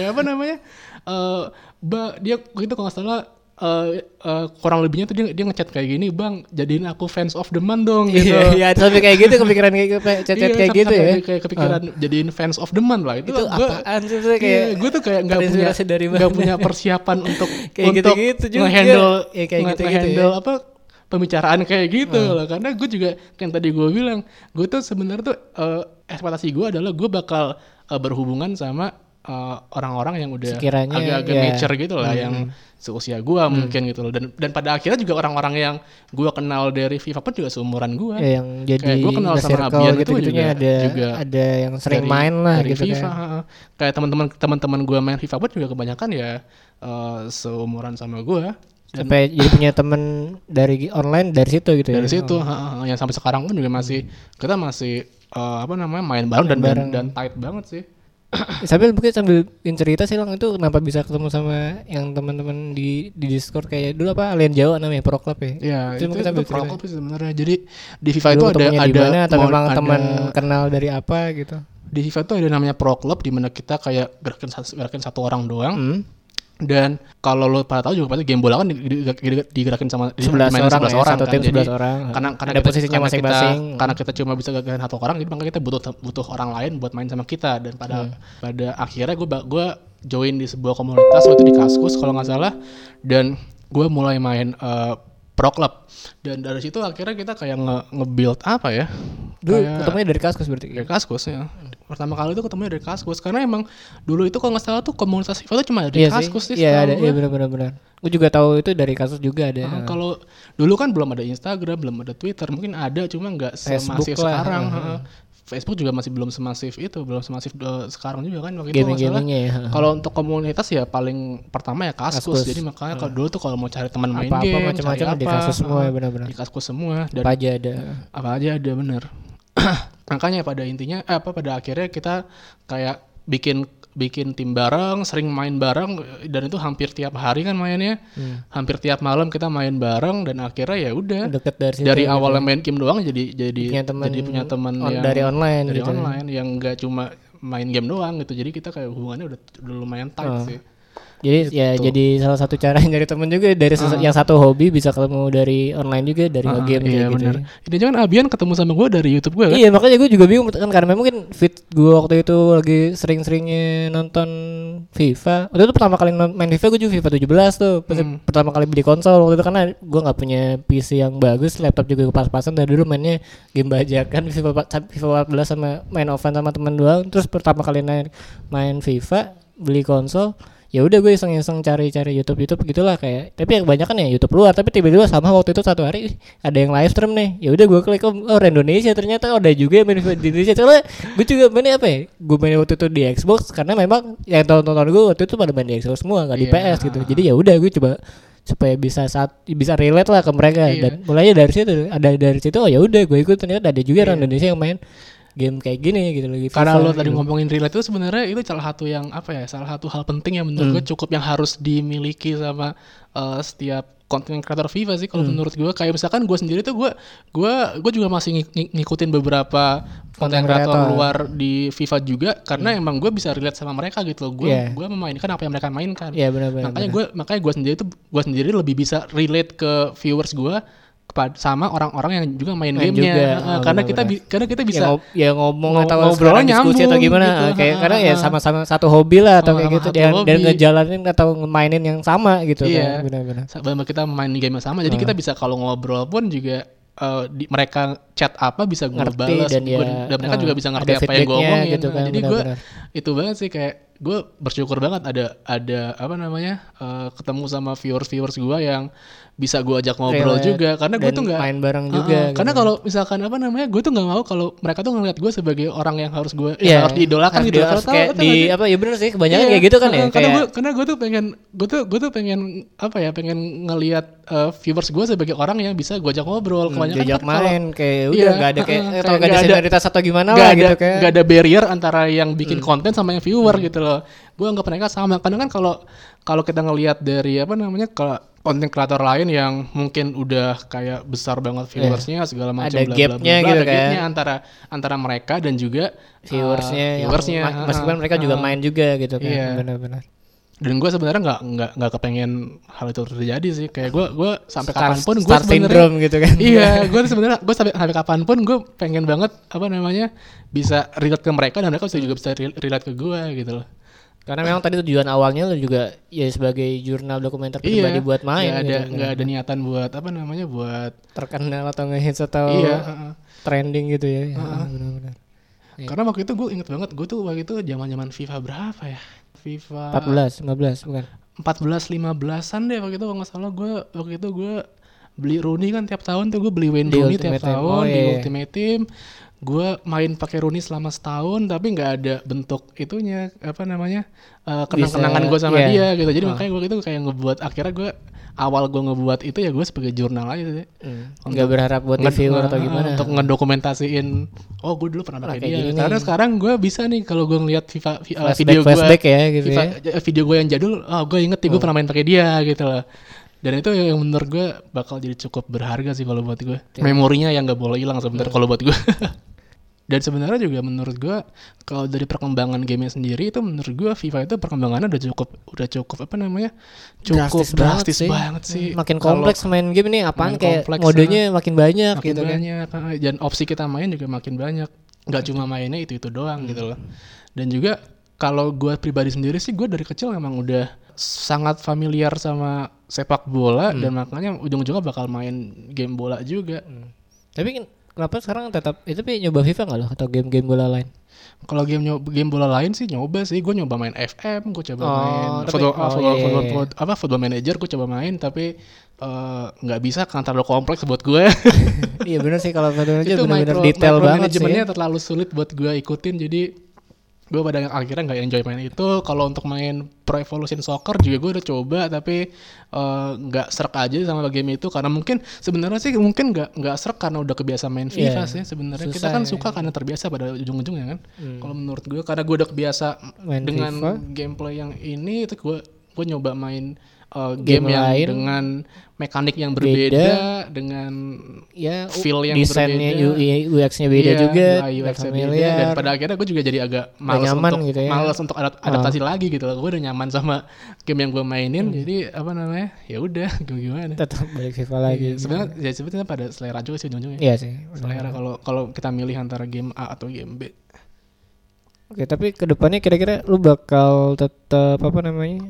S2: dia waktu itu kalau nggak salah kurang lebihnya tuh dia ngechat kayak gini, bang jadiin aku fans of the month dong gitu.
S1: Iya, sampai kayak gitu, kepikiran chat kayak gitu ya.
S2: Kayak kepikiran jadiin fans of the month lah. Itu
S1: apaan sih kayak
S2: gue tuh kayak nggak punya persiapan untuk
S1: nge-handle
S2: pembicaraan kayak gitu loh. Karena gue juga kan tadi gue bilang, gue tuh sebenarnya tuh ekspektasi gue adalah gue bakal berhubungan sama orang-orang yang udah agak-agak mature gitu lah, yang seusia gue mungkin gitu loh, dan pada akhirnya juga orang-orang yang gue kenal dari FIFA pun juga seumuran gue.
S1: Yang jadi kayak gue kenal sama Abian gitu, itu juga ada yang sering main lah dari gitu FIFA, kan.
S2: Kayak teman-teman gue main FIFA pun juga kebanyakan ya seumuran sama gue.
S1: Sampai jadi punya temen dari online dari situ gitu ya.
S2: Dari situ, yang sampai sekarang pun juga kita masih main bareng dan tight banget sih.
S1: Sambil cerita sih Lang, itu kenapa bisa ketemu sama yang teman-teman di Discord kayak dulu Alien Jawa namanya Pro Club ya?
S2: Iya, itu Pro Club sebenarnya. Jadi di FIFA dulu itu ada
S1: atau memang teman kenal dari apa gitu?
S2: Di di FIFA tuh ada namanya Pro Club di mana kita kayak gerakin satu orang doang. Dan kalau lo pada tahu juga pasti game bola kan digerakin sama
S1: 11 orang, satu tim 11 orang.
S2: Karena
S1: ada posisinya masing-masing.
S2: Karena kita cuma bisa gerakin satu orang, jadi makanya kita butuh orang lain buat main sama kita. Dan pada akhirnya gue join di sebuah komunitas waktu di Kaskus kalau nggak salah, dan gue mulai main Pro Club. Dan dari situ akhirnya kita kayak nge-build apa ya?
S1: Ketemunya dari Kaskus berarti?
S2: Dari Kaskus ya. Pertama kali itu ketemunya dari Kaskus. Karena emang dulu itu kalau nggak salah tuh komunitas FIFA tuh cuma ada di Kaskus sih.
S1: Iya ada, iya benar. Gue juga tahu itu dari Kaskus juga ada.
S2: Kalau dulu kan belum ada Instagram, belum ada Twitter. Mungkin ada cuma nggak semasif sekarang. Facebook juga masih belum semasif sekarang juga kan waktu itu masalah.
S1: Ya.
S2: Kalau untuk komunitas ya paling pertama ya Kaskus. Jadi makanya kalau dulu tuh kalau mau cari teman main game,
S1: macam-macam di Kaskus semua ya benar-benar.
S2: Di Kaskus semua dan apa aja ada bener. Makanya pada akhirnya kita kayak bikin tim bareng, sering main bareng, dan itu hampir tiap hari kan mainnya. Hampir tiap malam kita main bareng, dan akhirnya ya udah dari awalnya main game doang jadi punya teman yang
S1: dari online
S2: yang enggak cuma main game doang gitu. Jadi kita kayak hubungannya udah lumayan tight sih.
S1: Jadi gitu. Ya jadi salah satu cara nyari temen juga dari yang satu hobi bisa ketemu dari online juga dari game
S2: iya,
S1: gitu.
S2: Ini jangan Abian ketemu sama gue dari YouTube gue kan?
S1: Iya makanya gue juga bingung kan karena mungkin feed gue waktu itu lagi sering-seringnya nonton FIFA. Waktu itu pertama kali main FIFA gue juga FIFA 17 tuh. Pertama kali beli konsol waktu itu karena gue nggak punya PC yang bagus, laptop juga pas-pasan. Dari dulu mainnya game bajakan FIFA 14 sama main offline sama teman doang. Terus pertama kali main FIFA beli konsol. Ya udah gue iseng-iseng cari YouTube gitulah kayak. Tapi yang kebanyakan ya YouTube luar. Tapi tiba-tiba sama waktu itu satu hari ada yang live stream nih. Ya udah gue klik orang Indonesia ternyata ada juga yang main di Indonesia. Soalnya gue juga mainnya apa ya? Gue main waktu itu di Xbox karena memang yang tonton gue waktu itu pada main di Xbox semua nggak di PS gitu. Jadi ya udah gue coba supaya bisa relate lah ke mereka dan mulainya dari situ oh ya udah gue ikut ternyata ada juga orang Indonesia yang main game kayak gini gitu lagi.
S2: Karena lo tadi ngomongin relate itu sebenarnya itu salah satu hal penting yang menurut gue cukup yang harus dimiliki sama setiap konten kreator FIFA sih kalau menurut gue. Kayak misalkan gue sendiri tuh gue juga masih ngikutin beberapa konten kreator luar di FIFA juga karena emang gue bisa relate sama mereka gitu loh. Gue memainkan apa yang mereka mainkan.
S1: Iya benar.
S2: Makanya gue sendiri lebih bisa relate ke viewers gue sama orang-orang yang juga main gamenya karena kita bisa
S1: ngomong atau diskusi atau gimana gitu. Kayak karena ya sama-sama satu hobi lah atau kayak gitu dan ngejalanin atau ngemainin yang sama gitu
S2: kan benar-benar kita main game yang sama jadi kita bisa kalau ngobrol pun juga mereka chat apa bisa gue balas dan mereka juga bisa ngerti apa yang gue omongin gitu kan, jadi gue itu banget sih kayak gue bersyukur banget ada apa namanya ketemu sama viewers gue yang bisa gue ajak ngobrol juga karena gue tuh nggak
S1: main bareng juga
S2: karena
S1: gitu.
S2: Kalau misalkan apa namanya gue tuh nggak mau kalau mereka tuh ngeliat gue sebagai orang yang harus harus diidolakan gitu
S1: harus kayak di apa ya bener sih kebanyakan kayak gitu kan ya
S2: karena gue tuh pengen apa ya pengen ngelihat viewers gue sebagai orang yang bisa gue ajak ngobrol kebanyakan
S1: ajak main kayak udah nggak ada kayak nggak ada senioritas atau gimana lah gitu kayak
S2: nggak ada barrier antara yang bikin konten sama yang viewer gitu loh. Gue anggap mereka sama karena kan kalau kita ngelihat dari apa namanya kalau konten kreator lain yang mungkin udah kayak besar banget viewersnya segala macam
S1: ada gapnya gitu
S2: ada gapnya antara mereka dan juga
S1: viewersnya meskipun mereka juga main juga gitu kan benar-benar.
S2: Dan gue sebenarnya nggak kepengen hal itu terjadi sih kayak gue sampai kapanpun gue
S1: syndrome gitu kan
S2: gue sebenarnya gue sampai kapanpun gue pengen banget apa namanya bisa relate ke mereka dan mereka juga bisa relate ke gue gitu loh.
S1: Karena memang tadi tujuan awalnya lo juga ya sebagai jurnal dokumenter pribadi buat main
S2: nggak ada niatan buat apa namanya buat
S1: terkenal atau ngehits atau trending gitu ya benar-benar.
S2: Karena waktu itu gue inget banget gue tuh waktu itu zaman FIFA berapa ya FIFA
S1: 14 15 bukan
S2: 14-15an deh waktu itu kalau nggak salah waktu itu gue beli Rooney kan tiap tahun tuh gue beli Wayne Rooney tiap tahun di Ultimate Team. Gue main pakai Rooney selama setahun tapi nggak ada bentuk itunya apa namanya kenang-kenangan gue sama dia gitu. Jadi makanya gue itu kayak ngebuat akhirnya gue ngebuat itu ya gue sebagai jurnal aja sih.
S1: Nggak berharap buat reviewer atau gimana.
S2: Untuk ngedokumentasiin gue dulu pernah pakai dia. Karena sekarang gue bisa nih kalau gue ngeliat video gue
S1: ya, gitu
S2: video gue yang jadul, gue inget gue pernah main pakai dia gitu loh. Dan itu yang menurut gue bakal jadi cukup berharga sih kalau buat gue. Memorinya yang nggak boleh hilang sebenarnya kalau buat gue. Dan sebenarnya juga menurut gue kalau dari perkembangan gamenya sendiri itu menurut gue FIFA itu perkembangannya udah cukup apa namanya cukup drastis banget sih.
S1: Makin kompleks main game nih apaan kayak modenya makin banyak gitu
S2: banyak, kan. Dan opsi kita main juga makin banyak. Gak cuma mainnya itu doang gitu loh. Dan juga kalau gue pribadi sendiri sih gue dari kecil memang udah sangat familiar sama sepak bola dan makanya ujung-ujungnya bakal main game bola juga.
S1: Tapi kenapa sekarang tetap itu nyoba FIFA nggak loh atau game-game bola lain?
S2: Kalau game bola lain sih nyoba sih, gue nyoba main FM, gue coba main Football Manager, gue coba main tapi nggak bisa karena terlalu kompleks buat gue.
S1: Iya benar sih kalau Football Manager benar-benar detail banget sih.
S2: Manajemennya terlalu sulit buat gue ikutin jadi gue pada akhirnya nggak enjoy main itu. Kalau untuk main Pro Evolution Soccer juga gue udah coba tapi nggak serak aja sama game itu karena mungkin sebenarnya sih nggak serak karena udah kebiasa main FIFA sih sebenarnya. Kita kan suka karena terbiasa pada ujung-ujungnya kan. Kalau menurut gue karena gue udah kebiasa main dengan FIFA, gameplay yang ini itu gue nyoba main game yang lain, dengan mekanik yang berbeda, dengan feel yang
S1: desainnya,
S2: berbeda,
S1: UX-nya beda juga,
S2: UX-nya beda, dan pada akhirnya gue juga jadi agak malas untuk adaptasi lagi gitu. Gue udah nyaman sama game yang gue mainin, jadi apa namanya, ya udah, gimana?
S1: Tetap balik FIFA lagi.
S2: Sebenarnya pada selera juga sih ujung-ujungnya.
S1: Iya sih.
S2: Selera kalau kita milih antara game A atau game B.
S1: Oke, tapi kedepannya kira-kira lu bakal tetap apa namanya?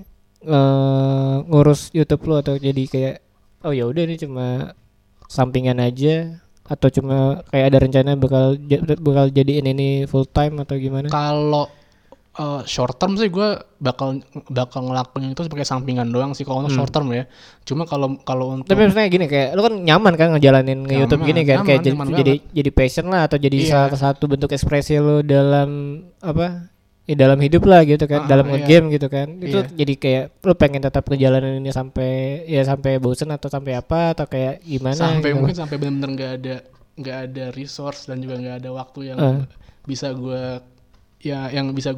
S1: Ngurus YouTube lu atau jadi kayak oh ya udah ini cuma sampingan aja atau cuma kayak ada rencana bakal jadiin ini full time atau gimana?
S2: Kalau short term sih gue bakal ngelakuin itu sebagai sampingan doang sih kalau untuk short term ya. Cuma kalau untuk
S1: tapi maksudnya gini kayak lu kan nyaman kan ngejalanin nge-YouTube gini kan kayak jadi passion lah atau jadi salah satu bentuk ekspresi lu dalam apa? Dalam hidup lah gitu kan, dalam nge-game gitu kan. Itu jadi kayak lu pengen tetap ngejalanin ini sampai bosen atau sampai apa atau kayak gimana?
S2: Sampai
S1: gitu.
S2: Mungkin sampai benar-benar nggak ada resource dan juga nggak ada waktu yang bisa gue yang bisa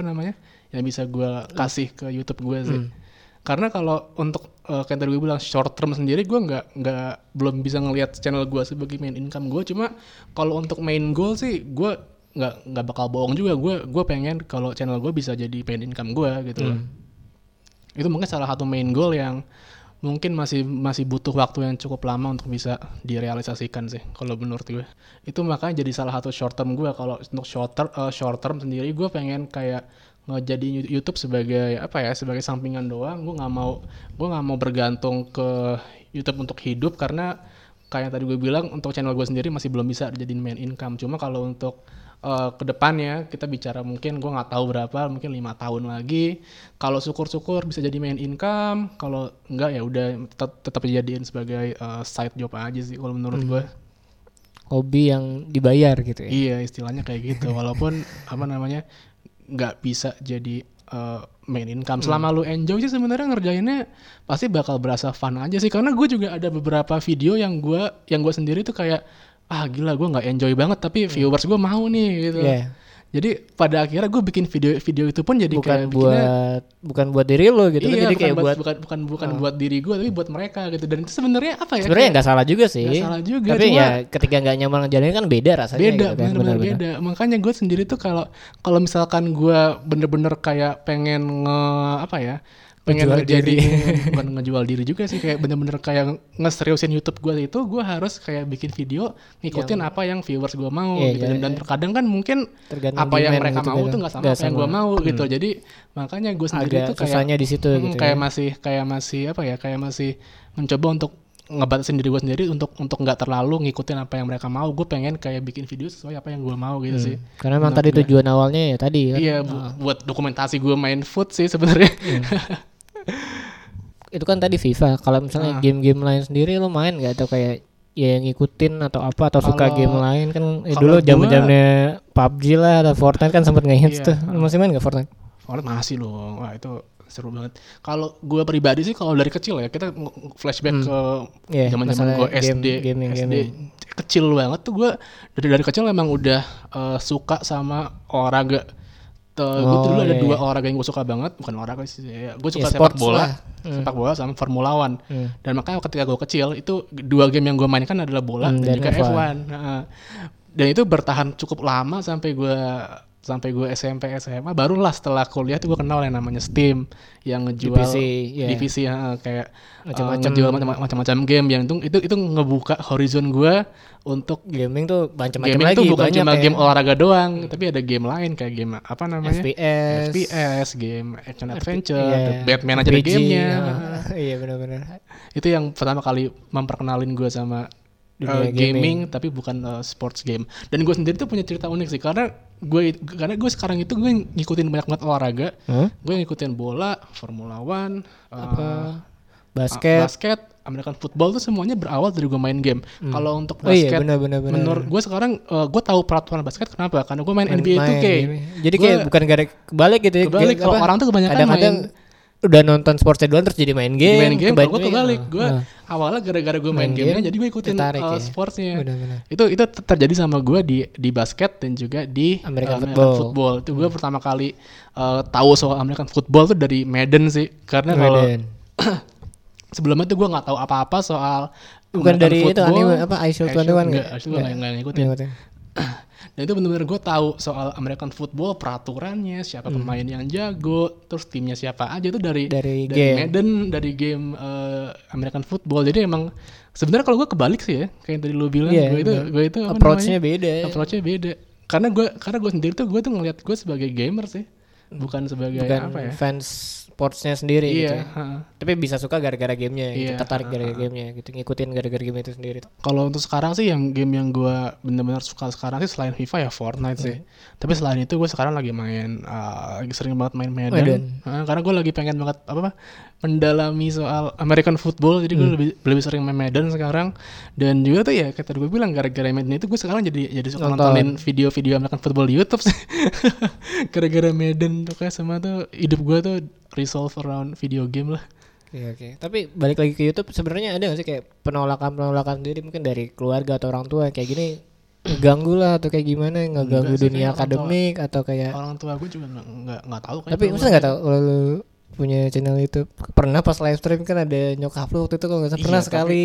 S2: gue kasih ke YouTube gue sih. Karena kalau untuk kayak tadi gue bilang short term sendiri gue belum bisa ngelihat channel gue sebagai main income gue. Cuma kalau untuk main goal sih gue nggak bakal bohong juga, gue pengen kalau channel gue bisa jadi main income gue gitu loh. Itu mungkin salah satu main goal yang mungkin masih butuh waktu yang cukup lama untuk bisa direalisasikan sih kalau menurut gue. Itu makanya jadi salah satu short term gue. Kalau untuk short term sendiri gue pengen kayak ngejadiin YouTube sebagai sebagai sampingan doang. Gue nggak mau bergantung ke YouTube untuk hidup karena kayak tadi gue bilang untuk channel gue sendiri masih belum bisa dijadiin main income. Cuma kalau untuk kedepannya kita bicara mungkin gue nggak tahu berapa, mungkin 5 tahun lagi kalau syukur-syukur bisa jadi main income, kalau enggak ya udah tetap dijadiin sebagai side job aja sih kalau menurut gue.
S1: Hobi yang dibayar gitu ya.
S2: Iya istilahnya kayak gitu. Walaupun nggak bisa jadi main income. Selama lu enjoy sih sebenarnya ngerjainnya pasti bakal berasa fun aja sih. Karena gue juga ada beberapa video yang gue sendiri tuh kayak gila gue nggak enjoy banget tapi viewers gue mau nih gitu. Jadi pada akhirnya gue bikin video itu pun jadi
S1: bukan buat diri lo gitu.
S2: Iya,
S1: jadi kayak
S2: bukan buat diri gue tapi buat mereka gitu. Dan itu sebenarnya
S1: sebenarnya nggak salah juga sih.
S2: Nggak salah juga.
S1: Tapi ya ketika nggak nyaman ngejalanin kan beda rasanya.
S2: Beda,
S1: gitu kan,
S2: benar-benar beda. Makanya gue sendiri tuh kalau misalkan gue bener-bener kayak pengen pengen bukan ngejual diri juga sih, kayak bener-bener kayak ngeseriusin YouTube gue itu gue harus kayak bikin video ngikutin apa yang viewers gue mau gitu. Dan terkadang kan mungkin apa yang mereka mau tuh nggak sama apa yang gue mau gitu. Jadi makanya gue sendiri tuh kayak
S1: susahnya di situ gitu
S2: kayak masih mencoba untuk ngebatasin diri gue sendiri untuk nggak terlalu ngikutin apa yang mereka mau. Gue pengen kayak bikin video sesuai apa yang gue mau gitu sih.
S1: Karena emang tadi tujuan awalnya ya tadi kan.
S2: Iya, buat dokumentasi gue main food sih sebenarnya.
S1: Itu kan tadi FIFA. Kalau misalnya game-game lain sendiri lo main nggak atau kayak ya ngikutin atau apa atau suka game lain kan dulu zaman-zamannya PUBG lah atau Fortnite kan sempat ngehits tuh. Lo masih main nggak Fortnite?
S2: Fortnite masih loh. Wah itu seru banget. Kalau gue pribadi sih kalau dari kecil ya kita flashback ke zaman-zaman gue SD kecil banget tuh gue dari kecil emang udah suka sama olahraga. Gue dulu ada 2 olahraga yang gue suka banget, bukan olahraga sih ya. Gue suka sepak bola sama Formula One. Dan makanya ketika gue kecil itu 2 game yang gue mainkan adalah bola dan juga F1. Dan itu bertahan cukup lama sampai gue SMP SMA, barulah setelah kuliah tuh gue kenal yang namanya Steam yang ngejual divisi kayak ngejual macam-macam game yang itu ngebuka horizon gue untuk
S1: gaming tuh macam-macam
S2: lagi. Gaming tuh bukan cuma game olahraga doang, tapi ada game lain kayak game apa namanya? FPS, game action adventure, Batman aja ada gamenya.
S1: Iya benar-benar.
S2: Itu yang pertama kali memperkenalin gue sama gaming tapi bukan sports game. Dan gue sendiri tuh punya cerita unik sih, karena gue sekarang itu gue ngikutin banyak banget olahraga. Gue ngikutin bola, Formula One, basket, American football tuh semuanya berawal dari gue main game. Kalau untuk basket, menurut gue sekarang gue tahu peraturan basket kenapa? Karena gue main NBA 2K.
S1: Jadi kayak bukan kebalik gitu ya.
S2: Kebalik, kalau orang tuh kebanyakan
S1: kadang-kadang udah nonton sportsnya duluan terus jadi main game.
S2: Kalau gue kebalik, gue awalnya gara-gara gue main gamenya, jadi gue ikutin sportsnya. Itu terjadi sama gue di basket dan juga di
S1: American
S2: football. Itu gue pertama kali tahu soal American football tuh dari Madden sih, karena kalau sebelumnya tuh gue nggak tahu apa-apa soal
S1: bukan
S2: American
S1: dari
S2: football.
S1: Itu anime apa ISO 21
S2: nggak ngikutin. Dan itu benar-benar gue tahu soal American football, peraturannya, siapa pemain yang jago, terus timnya siapa aja itu dari game. Madden, dari game American football. Jadi emang sebenarnya kalau gue kebalik sih ya, kayak yang tadi lu bilang, gue itu
S1: approach-nya beda.
S2: Karena gue sendiri tuh gue tuh ngelihat gue sebagai gamer sih, bukan sebagai apa ya?
S1: Fans sportsnya sendiri gitu ya. Tapi bisa suka gara-gara gamenya gitu, tertarik gara-gara gamenya gitu, ngikutin gara-gara game itu sendiri.
S2: Kalau untuk sekarang sih yang game yang gue benar-benar suka sekarang sih selain FIFA ya Fortnite sih. Tapi selain itu gue sekarang lagi sering banget main Madden. Karena gue lagi pengen banget mendalami soal American football, jadi gue lebih sering main Madden sekarang. Dan juga tuh ya kayak tadi gue bilang, gara-gara Madden itu gue sekarang jadi suka nontonin video-video American football di YouTube sih. Gara-gara Madden tuh kayak sama tuh hidup gue tuh resolve around video game lah.
S1: Oke. Tapi balik lagi ke YouTube, sebenarnya ada nggak sih kayak penolakan sendiri mungkin dari keluarga atau orang tua kayak gini ngeganggu lah atau kayak gimana, ngeganggu dunia akademik atau kayak
S2: orang tua gue juga nggak tahu.
S1: Tapi maksudnya nggak tahu kalau lu punya channel YouTube, pernah pas live stream kan ada nyokap lu waktu itu kalau nggak salah pernah sekali.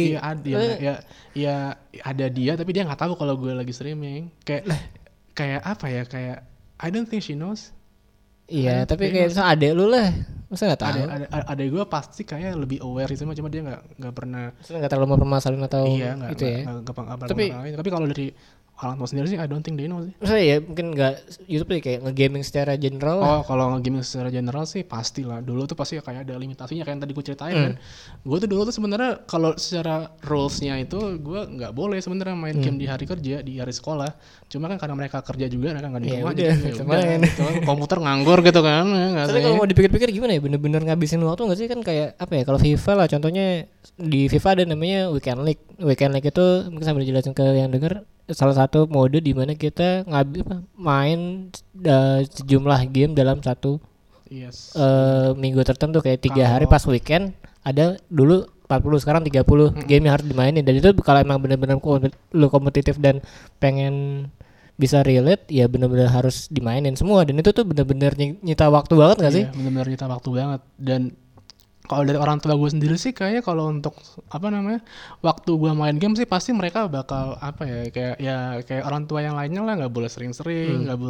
S2: Iya ada dia, tapi dia nggak tahu kalau gue lagi streaming. Kayak apa ya, kayak I don't think she knows.
S1: Iya, tapi kayak misalnya adek lu lah, masa nggak tahu?
S2: Adek gue pasti kayak lebih aware sih, cuma dia nggak pernah.
S1: Maksudnya nggak terlalu mempermasalahin atau itu ya?
S2: Tapi kalau dari orang tua sendiri sih I don't think they know sih.
S1: Maksudnya ya mungkin nggak YouTube kayak nge-gaming secara general.
S2: Kalau nge-gaming secara general sih pastilah. Dulu tuh pasti kayak ada limitasinya kayak yang tadi gue ceritain kan. Gue tuh dulu tuh sebenarnya kalau secara rules-nya itu gue nggak boleh sebenarnya main game di hari kerja, di hari sekolah. Cuma kan karena mereka kerja juga, mereka nggak di rumah aja. Komputer nganggur gitu kan.
S1: Tapi kalau mau dipikir-pikir gimana ya, bener-bener ngabisin waktu nggak sih, kan kayak apa ya, kalau FIFA lah contohnya, di FIFA ada namanya Weekend League. Weekend League itu mungkin sambil jelasin ke yang denger, salah satu mode di mana kita main sejumlah game dalam satu minggu tertentu, kayak 3 hari pas weekend ada dulu 40, sekarang 30 game yang harus dimainin. Dan itu kalau emang benar-benar lu kompetitif dan pengen bisa relate, ya benar-benar harus dimainin semua. Dan itu tuh benar-benar nyita waktu banget nggak sih?
S2: Iya, benar-benar nyita waktu banget. Dan kalau dari orang tua gue sendiri sih kayak kalau untuk waktu gue main game sih pasti mereka bakal kayak orang tua yang lainnya lah, nggak boleh sering-sering, nggak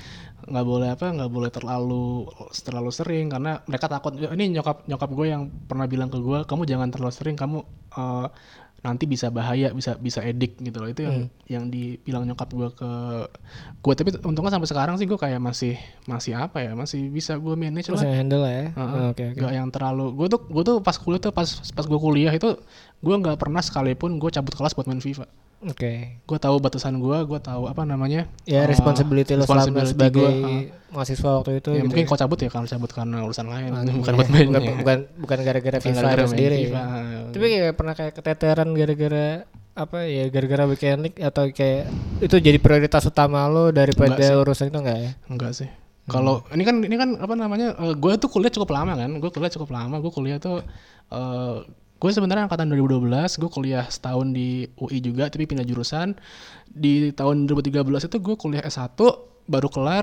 S2: boleh terlalu sering, karena mereka takut. Ini nyokap gue yang pernah bilang ke gue, kamu jangan terlalu sering, kamu nanti bisa bahaya, bisa addict gitu loh. Itu yang dibilang nyokap gue ke gue. Tapi untungnya sampai sekarang sih gue kayak masih bisa gue manage lah.
S1: Masih handle lah ya. Okay.
S2: Gak yang terlalu. Gue tuh pas kuliah tuh pas gue kuliah itu gue nggak pernah sekalipun gue cabut kelas buat main FIFA. Gue tahu batasan gue tahu
S1: responsibility lo sebagai mahasiswa waktu itu.
S2: Ya, gitu mungkin kau cabut ya kalau cabut karena urusan lain, bukan buat mainnya.
S1: Bukan gara-gara FIFA itu sendiri. Tapi kayak pernah kayak keteteran gara-gara gara-gara Weekend League, atau kayak itu jadi prioritas utama lo daripada urusan itu enggak ya?
S2: Enggak sih. Kalau ini kan gue tuh kuliah cukup lama kan. Gue kuliah tuh gue sebenarnya angkatan 2012, gue kuliah setahun di UI juga, tapi pindah jurusan. Di tahun 2013 itu gue kuliah S1, baru kelar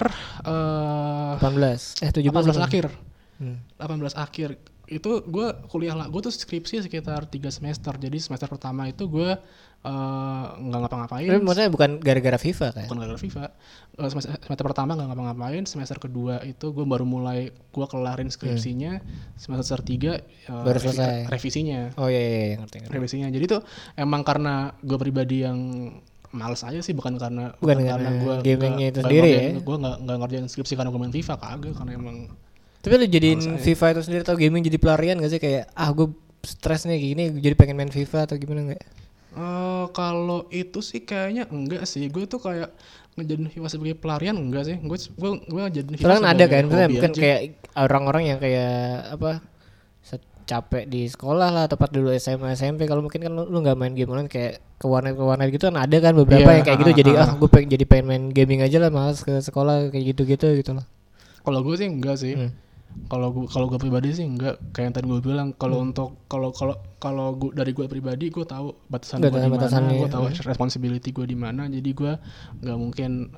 S2: 18 akhir. 18 akhir. Itu gue kuliah lah, gue tuh skripsi sekitar 3 semester. Jadi semester pertama itu gue nggak ngapa-ngapain.
S1: Tapi maksudnya bukan gara-gara FIFA kan?
S2: Bukan gara-gara FIFA. Semester pertama nggak ngapa-ngapain, semester kedua itu gue baru mulai, gue kelarin skripsinya, semester 3
S1: baru selesai
S2: revisinya.
S1: Oh iya, ngerti.
S2: Revisinya. Jadi tuh emang karena gue pribadi yang males aja sih, bukan karena
S1: gue gamingnya itu sendiri ya.
S2: Gue nggak ngerjain skripsi karena gue main FIFA, kagak, karena emang.
S1: Tapi lu jadiin FIFA itu sendiri atau gaming jadi pelarian gak sih, kayak gue stres nih gini jadi pengen main FIFA atau gimana nggak?
S2: Kalau itu sih kayaknya enggak sih. Gue tuh kayak ngejadiin FIFA sebagai pelarian enggak sih. Gue jadiin FIFA
S1: soalnya ada kan, bukan
S2: aja.
S1: Kayak orang-orang yang kayak apa, capek di sekolah lah, tepat dulu SMA SMP, kalau mungkin kan lu nggak main game online kayak ke warnet gitu kan, ada kan beberapa yang kayak gitu, jadi gue pengen main gaming aja lah, malas ke sekolah kayak gitu loh.
S2: Kalau gue sih enggak sih. Kalau gue pribadi sih enggak, kayak yang tadi gue bilang. Kalau untuk kalau gue dari gue pribadi, gue tahu batasan gue di mana, gue tahu responsibility gue di mana. Jadi gue nggak mungkin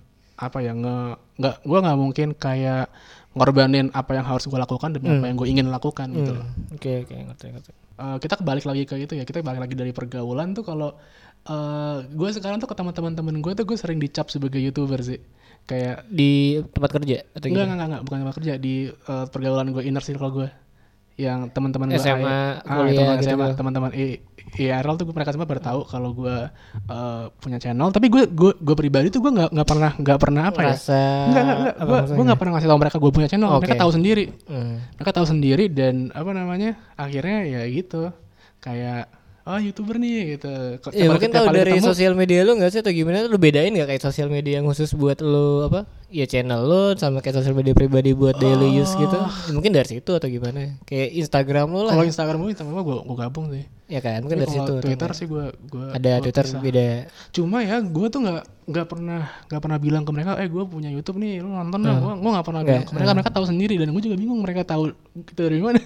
S2: gue nggak mungkin kayak ngorbanin apa yang harus gue lakukan demi apa yang gue ingin lakukan gitu loh.
S1: Oke, ngerti.
S2: Kita balik lagi ke itu ya, kita balik lagi dari pergaulan tuh. Kalau gue sekarang tuh ke teman-teman gue tuh, gue sering dicap sebagai YouTuber sih. Kayak
S1: di tempat kerja atau gimana?
S2: Enggak, bukan tempat kerja, di pergaulan gue, inner circle gue, yang teman-teman gue
S1: SMA, kuliah gitu.
S2: SMA, teman-teman IRL tuh mereka semua baru tahu kalau gue punya channel. Tapi gue pribadi tuh gue nggak pernah apa
S1: merasa,
S2: ya gue nggak pernah ngasih tahu mereka gue punya channel. Mereka tahu sendiri. Mereka tahu sendiri, dan akhirnya ya gitu, kayak YouTuber nih gitu.
S1: Ya mungkin tahu dari sosial media lu nggak sih, atau gimana? Lu bedain nggak kayak sosial media yang khusus buat lu ya channel lu, sama kayak sosial media pribadi buat daily use gitu? Ya, mungkin dari situ atau gimana? Kayak Instagram lu lah.
S2: Kalau Instagram gue gabung sih.
S1: Ya kan, mungkin dari situ.
S2: Twitter sih gue
S1: ada Twitter beda.
S2: Cuma ya gue tuh nggak pernah bilang ke mereka, gue punya YouTube nih, lu nonton dong. Gue nggak pernah bilang ke mereka. Mereka tahu sendiri, dan gue juga bingung mereka tahu gitu dari mana.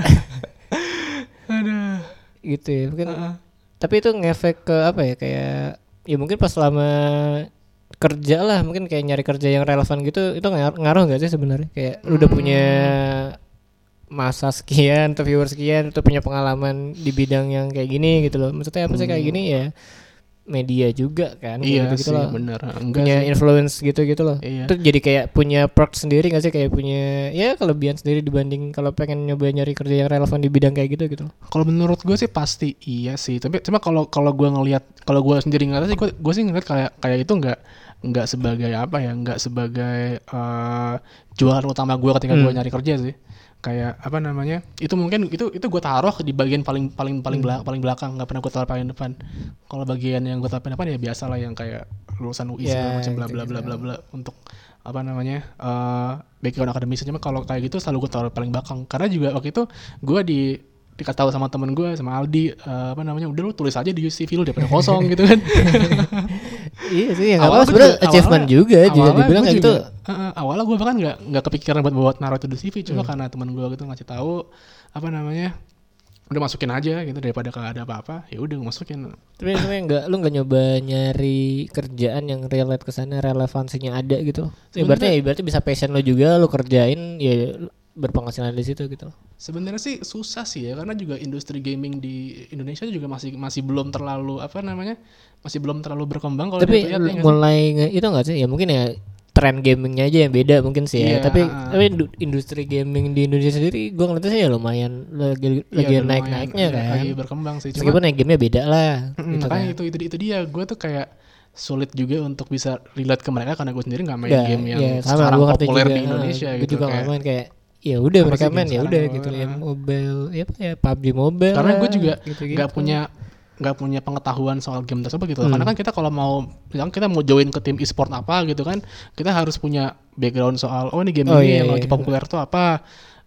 S2: Aduh.
S1: Gitu ya mungkin. Tapi itu ngefek ke apa ya, kayak ya mungkin pas selama kerja lah, mungkin kayak nyari kerja yang relevan gitu, itu ngaruh nggak sih sebenarnya? Kayak lu udah punya masa sekian atau viewer sekian, atau punya pengalaman di bidang yang kayak gini gitu loh. Maksudnya apa sih kayak gini ya, media juga kan,
S2: iya
S1: gitu
S2: sih,
S1: loh.
S2: Bener.
S1: Punya
S2: sih.
S1: Influence gitu loh.
S2: Iya.
S1: Itu jadi kayak punya perk sendiri nggak sih, kayak punya ya kelebihan sendiri dibanding kalau pengen nyoba nyari kerja yang relevan di bidang kayak gitu.
S2: Kalau menurut gue sih pasti iya sih. Tapi cuma kalau gue ngelihat, kalau gue sendiri ngeliat sih, gue sih ngeliat kayak itu nggak sebagai apa ya, nggak sebagai jualan utama gue ketika gue nyari kerja sih. Kayak itu mungkin itu gue taruh di bagian paling belakang, nggak pernah gue taruh paling depan. Kalau bagian yang gue taruh paling depan ya biasa lah, yang kayak lulusan UI segala macam bla bla bla untuk background akademis. Cuma kalau kayak gitu selalu gue taruh paling belakang, karena juga waktu itu gue dikasih tahu sama temen gue, sama Aldi, udah lu tulis aja di CV lu daripada kosong gitu kan.
S1: Iya sih, ya nggak apa-apa, sebenarnya achievement juga dibilang kayak gitu.
S2: Awalnya gue bahkan nggak kepikiran buat naruh itu di CV, cuma karena teman gue gitu ngasih tahu, udah masukin aja gitu, daripada kalau ada apa-apa ya udah masukin.
S1: Tapi sebenarnya lu nggak nyoba nyari kerjaan yang relate ke sana, relevansinya ada gitu. Berarti bisa passion lo juga lu kerjain, ya berpenghasilan di situ gitu.
S2: Sebenarnya sih susah sih ya, karena juga industri gaming di Indonesia juga masih belum terlalu masih belum terlalu berkembang kalau dilihat.
S1: Tapi mulai itu nggak sih? Ya mungkin ya tren gamingnya aja yang beda mungkin sih ya. Tapi industri gaming di Indonesia sendiri gue ngeliatnya sih ya lumayan lagi naik-naiknya kan.
S2: Lagi berkembang sih.
S1: Meskipun gamenya beda lah.
S2: Gitu makanya kan. itu dia. Gue tuh kayak sulit juga untuk bisa relate ke mereka, karena gue sendiri nggak main game yang sekarang populer di Indonesia gitu.
S1: Gue juga nggak main kayak ya udah mereka main ya udah gitu ya, mobile ya PUBG Mobile.
S2: Karena gue juga nggak punya pengetahuan soal game tersebut gitu. Karena kan kita kalau misalnya kita mau join ke tim e-sport apa gitu kan, kita harus punya background soal ini game ini yang lagi populer tuh apa,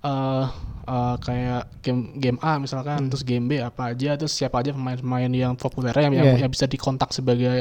S2: kayak game A misalkan, terus game B apa aja, terus siapa aja pemain-pemain yang populer yang bisa dikontak sebagai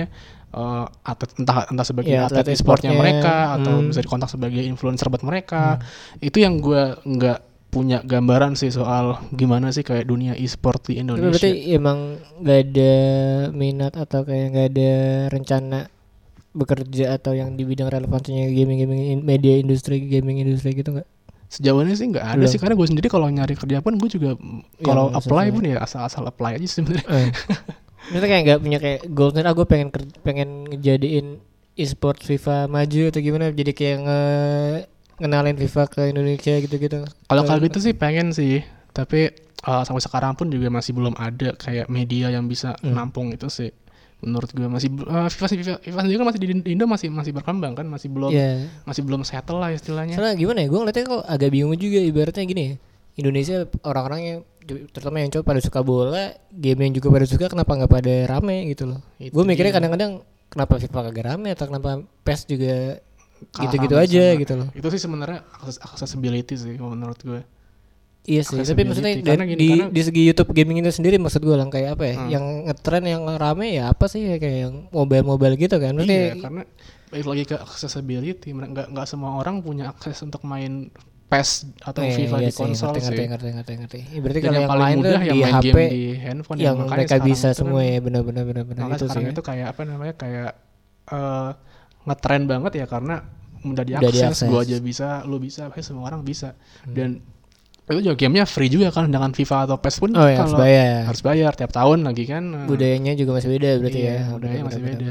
S2: atlet, entah sebagai atlet e-sportnya mereka, atau bisa dikontak sebagai influencer buat mereka. Itu yang gue nggak punya gambaran sih soal gimana sih kayak dunia e-sport di Indonesia.
S1: Berarti emang nggak ada minat atau kayak nggak ada rencana bekerja atau yang di bidang relevansinya gaming media industri, gaming industri gitu nggak?
S2: Sejauh ini sih nggak ada sih, karena gue sendiri kalau nyari kerja pun gue juga kalau apply pun ya asal-asal apply aja sebenarnya.
S1: Maksudnya kayak nggak punya kayak goal sendiri, gue pengen ngejadiin e-sport FIFA maju atau gimana, jadi kayak ngenalin FIFA ke Indonesia gitu-gitu.
S2: Kalau gitu sih pengen sih, tapi sampai sekarang pun juga masih belum ada kayak media yang bisa nampung itu sih. Menurut gue masih FIFA sendiri kan masih di Indo masih berkembang kan, masih belum settle lah istilahnya.
S1: Soalnya gimana ya, gue ngeliatnya kok agak bingung juga, ibaratnya gini ya, Indonesia orang-orangnya terutama yang cowok pada suka bola, game yang juga pada suka, kenapa nggak pada rame gitu loh. Gue mikirnya kadang-kadang kenapa FIFA kagak rame atau kenapa PES juga gitu-gitu aja gitu loh.
S2: Itu sih sebenarnya accessibility sih menurut gue.
S1: Iya sih, tapi maksudnya di segi YouTube gaming itu sendiri, maksud gue lah kayak apa ya, yang ngetren yang rame ya apa sih, kayak yang mobile gitu kan.
S2: Iya, karena balik lagi ke accessibility, nggak semua orang punya akses untuk main PES atau FIFA di konsol sih.
S1: Ngerti. Berarti
S2: kalau yang paling mudah yang main
S1: HP,
S2: game di handphone
S1: yang mereka bisa semua ya, benar.
S2: Itu sekarang itu kayak apa namanya, kayak ngetren banget ya, karena mudah diakses. Gua aja bisa, lu bisa, semua orang bisa. Dan itu juga gamenya free juga kan, dengan FIFA atau PES pun harus bayar tiap tahun lagi kan.
S1: Budayanya juga masih beda berarti ya.
S2: Budayanya masih beda.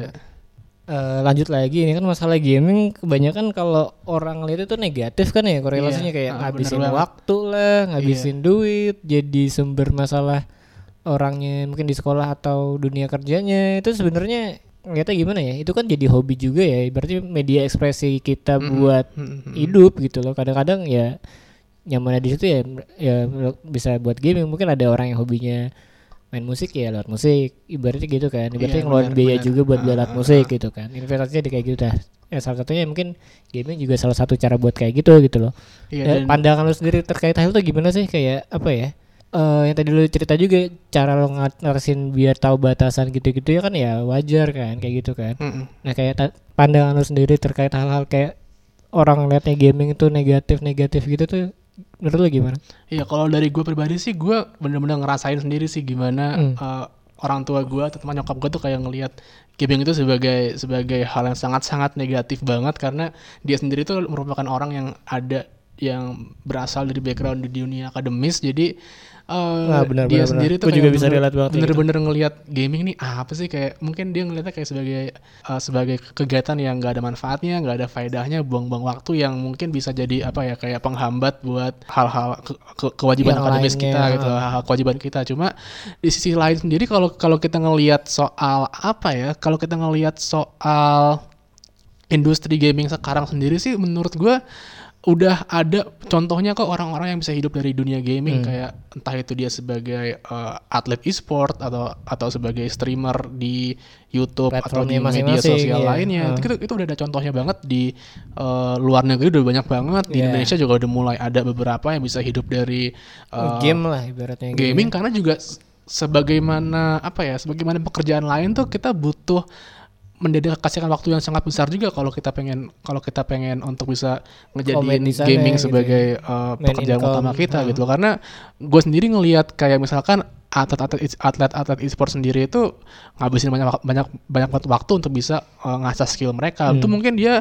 S1: Lanjut lagi, ini kan masalah gaming kebanyakan kalau orang lihat itu negatif kan ya, korelasinya kayak ngabisin waktu lah, ngabisin duit, jadi sumber masalah orangnya mungkin di sekolah atau dunia kerjanya. Itu sebenarnya ngeliatnya gimana ya, itu kan jadi hobi juga ya, berarti media ekspresi kita buat hidup gitu loh. Kadang-kadang ya nyamannya di situ ya bisa buat gaming. Mungkin ada orang yang hobinya main musik ya lewat musik, ibaratnya gitu kan. Ibaratnya ngeluarin biaya juga buat alat musik gitu kan. Investasinya kayak gitu dah. Ya salah satunya mungkin gaming juga salah satu cara buat kayak gitu loh. Iya, pandangan lu sendiri terkait hal itu gimana sih, kayak apa ya? Yang tadi lu cerita juga, cara lu ngatasin biar tahu batasan gitu-gitu ya kan, ya wajar kan kayak gitu kan. Nah kayak pandangan lu sendiri terkait hal-hal kayak orang liatnya gaming itu negatif gitu tuh, menurut lo gimana?
S2: Iya, kalau dari gue pribadi sih, gue bener-bener ngerasain sendiri sih gimana orang tua gue atau teman nyokap gue tuh kayak ngelihat gaming itu sebagai hal yang sangat-sangat negatif banget, karena dia sendiri tuh merupakan orang yang berasal dari background di dunia akademis. Jadi dia sendiri tuh
S1: juga bisa relate banget,
S2: bener-bener ngelihat gaming nih apa sih, kayak mungkin dia ngelihatnya kayak sebagai kegiatan yang nggak ada manfaatnya, nggak ada faedahnya, buang-buang waktu yang mungkin bisa jadi apa ya, kayak penghambat buat hal-hal kewajiban yang akademis kita gitu, hal-hal kewajiban kita. Cuma di sisi lain sendiri, kalau kita ngelihat soal apa ya, kalau kita ngelihat soal industri gaming sekarang sendiri sih, menurut gue udah ada contohnya kok, orang-orang yang bisa hidup dari dunia gaming, kayak entah itu dia sebagai atlet e-sport atau sebagai streamer di YouTube atau di media sosial lainnya. Itu udah ada contohnya banget di luar negeri, udah banyak banget. Di Indonesia juga udah mulai ada beberapa yang bisa hidup dari
S1: game lah ibaratnya.
S2: Gaming, karena juga sebagaimana pekerjaan lain tuh kita butuh mendedikasikan waktu yang sangat besar juga kalau kita pengen untuk bisa ngejadiin gaming sebagai pekerjaan utama kita gitu. Karena gue sendiri ngelihat kayak misalkan atlet e-sport sendiri itu ngabisin banyak waktu untuk bisa ngasah skill mereka. Itu mungkin dia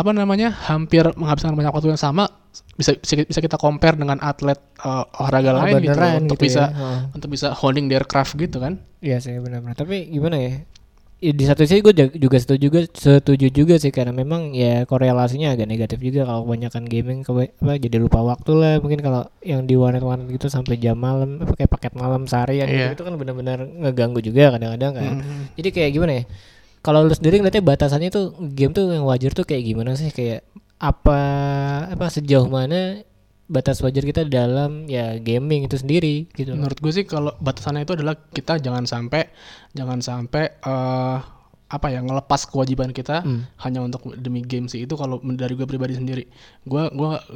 S2: hampir menghabiskan banyak waktu yang sama, bisa kita compare dengan atlet olahraga lain gitu, untuk bisa honing their craft gitu kan.
S1: Iya sih, benar-benar. Tapi gimana ya? Di satu sisi gue juga setuju juga sih, karena memang ya korelasinya agak negatif juga kalau kebanyakan gaming jadi lupa waktu lah. Mungkin kalau yang di warnet gitu sampai jam malam, pakai paket malam seharian gitu, itu kan benar-benar ngeganggu juga kadang-kadang kan. Jadi kayak gimana ya, kalau lu sendiri ngeliatnya batasannya tuh game tuh yang wajar tuh kayak gimana sih, kayak apa sejauh mana batas wajar kita dalam ya gaming itu sendiri gitu.
S2: Menurut gue sih kalau batasannya itu adalah kita jangan sampai ngelepas kewajiban kita hanya untuk demi game sih. Itu kalau dari gue pribadi sendiri, gue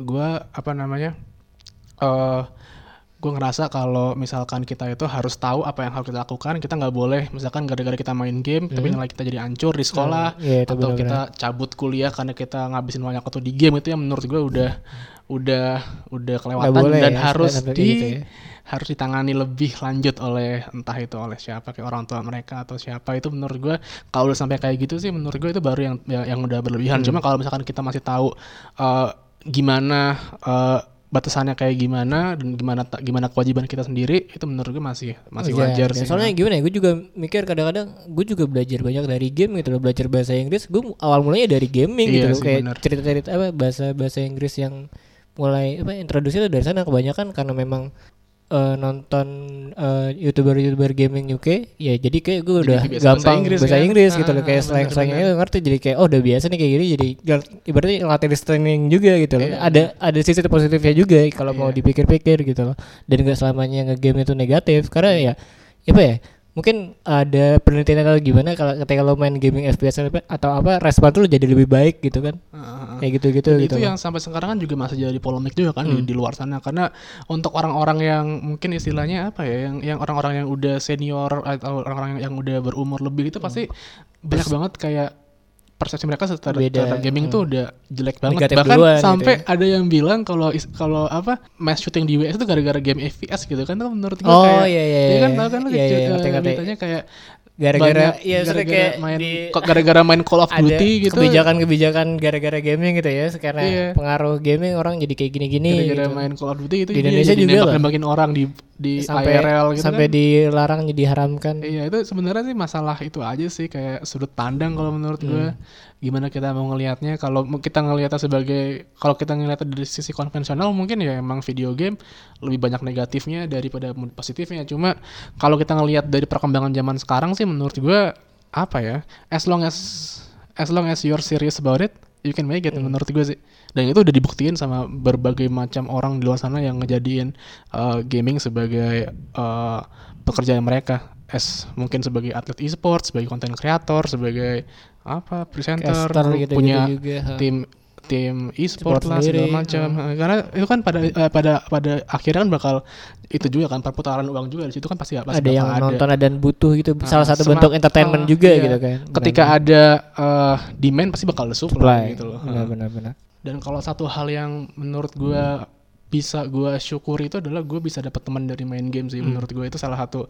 S2: ngerasa kalau misalkan kita itu harus tahu apa yang harus kita lakukan. Kita nggak boleh misalkan gara-gara kita main game tapi nilai kita jadi hancur di sekolah, atau kita cabut kuliah karena kita ngabisin banyak waktu di game. Itu yang menurut gue udah kelewatan dan harus ditangani lebih lanjut oleh entah itu oleh siapa, kayak orang tua mereka atau siapa. Itu menurut gue kalau udah sampai kayak gitu sih, menurut gue itu baru yang udah berlebihan. Cuma kalau misalkan kita masih tahu gimana batasannya kayak gimana dan gimana kewajiban kita sendiri, itu menurut gue masih wajar sih.
S1: Soalnya gimana ya, gue juga mikir kadang-kadang gue juga belajar banyak dari game gitu loh, belajar bahasa Inggris. Gue awal mulanya dari gaming gitu loh, kayak cerita-cerita bahasa Inggris yang mulai introduksi itu dari sana kebanyakan karena memang nonton YouTuber gaming UK ya, jadi kayak gue udah gampang bahasa Inggris gitu loh, kayak slang-slangnya itu ngerti, jadi kayak udah biasa nih kayak gini, jadi ibaratnya ngelatih listening juga gitu loh. Ada sisi positifnya juga kalau mau dipikir-pikir gitu loh, dan gak selamanya ngegame itu negatif, karena ya apa ya, mungkin ada penelitian atau gimana kalau ketika lo main gaming FPS atau respon tuh jadi lebih baik gitu kan. Kayak gitu-gitu gitu.
S2: Itu yang sampai sekarang kan juga masih jadi polemik juga kan di luar sana, karena untuk orang-orang yang mungkin istilahnya apa ya, yang orang-orang yang udah senior atau orang-orang yang udah berumur lebih itu pasti banyak banget kayak persepsi mereka terhadap gaming tuh udah jelek banget. Bahkan sampai gitu ya, ada yang bilang kalau mass shooting di WS itu gara-gara game FPS gitu kan. Itu menurut gue kayak dia kan tahu kan beritanya kayak gara-gara main Call of Duty gitu.
S1: Kebijakan gara-gara gaming gitu ya, karena pengaruh gaming orang jadi kayak gini-gini
S2: gara-gara
S1: gitu.
S2: main Call of Duty itu
S1: di Indonesia juga
S2: nembakin orang di IRL gitu
S1: sampai kan dilarang, diharamkan.
S2: Iya, itu sebenarnya sih masalah itu aja sih, kayak sudut pandang kalau menurut gue. Gimana kita mau ngelihatnya. Kalau kita ngelihatnya kalau kita ngelihatnya dari sisi konvensional, mungkin ya emang video game lebih banyak negatifnya daripada positifnya. Cuma kalau kita ngelihat dari perkembangan zaman sekarang sih, menurut gue apa ya, as long as you're serious about it, you can make it, menurut gue sih. Dan itu udah dibuktiin sama berbagai macam orang di luar sana yang ngejadiin gaming sebagai pekerjaan mereka, mungkin sebagai atlet e-sport, sebagai content creator, sebagai presenter, punya tim e-sport lah segala macam. Karena itu kan pada akhirnya kan bakal itu juga kan, perputaran uang juga di situ kan, pasti ada
S1: yang nonton dan butuh itu salah satu bentuk entertainment juga gitu kan.
S2: Ketika ada demand pasti bakal ada supply gitu loh.
S1: Benar.
S2: Dan kalau satu hal yang menurut gue bisa gue syukuri itu adalah gue bisa dapat teman dari main game sih. Menurut gue itu salah satu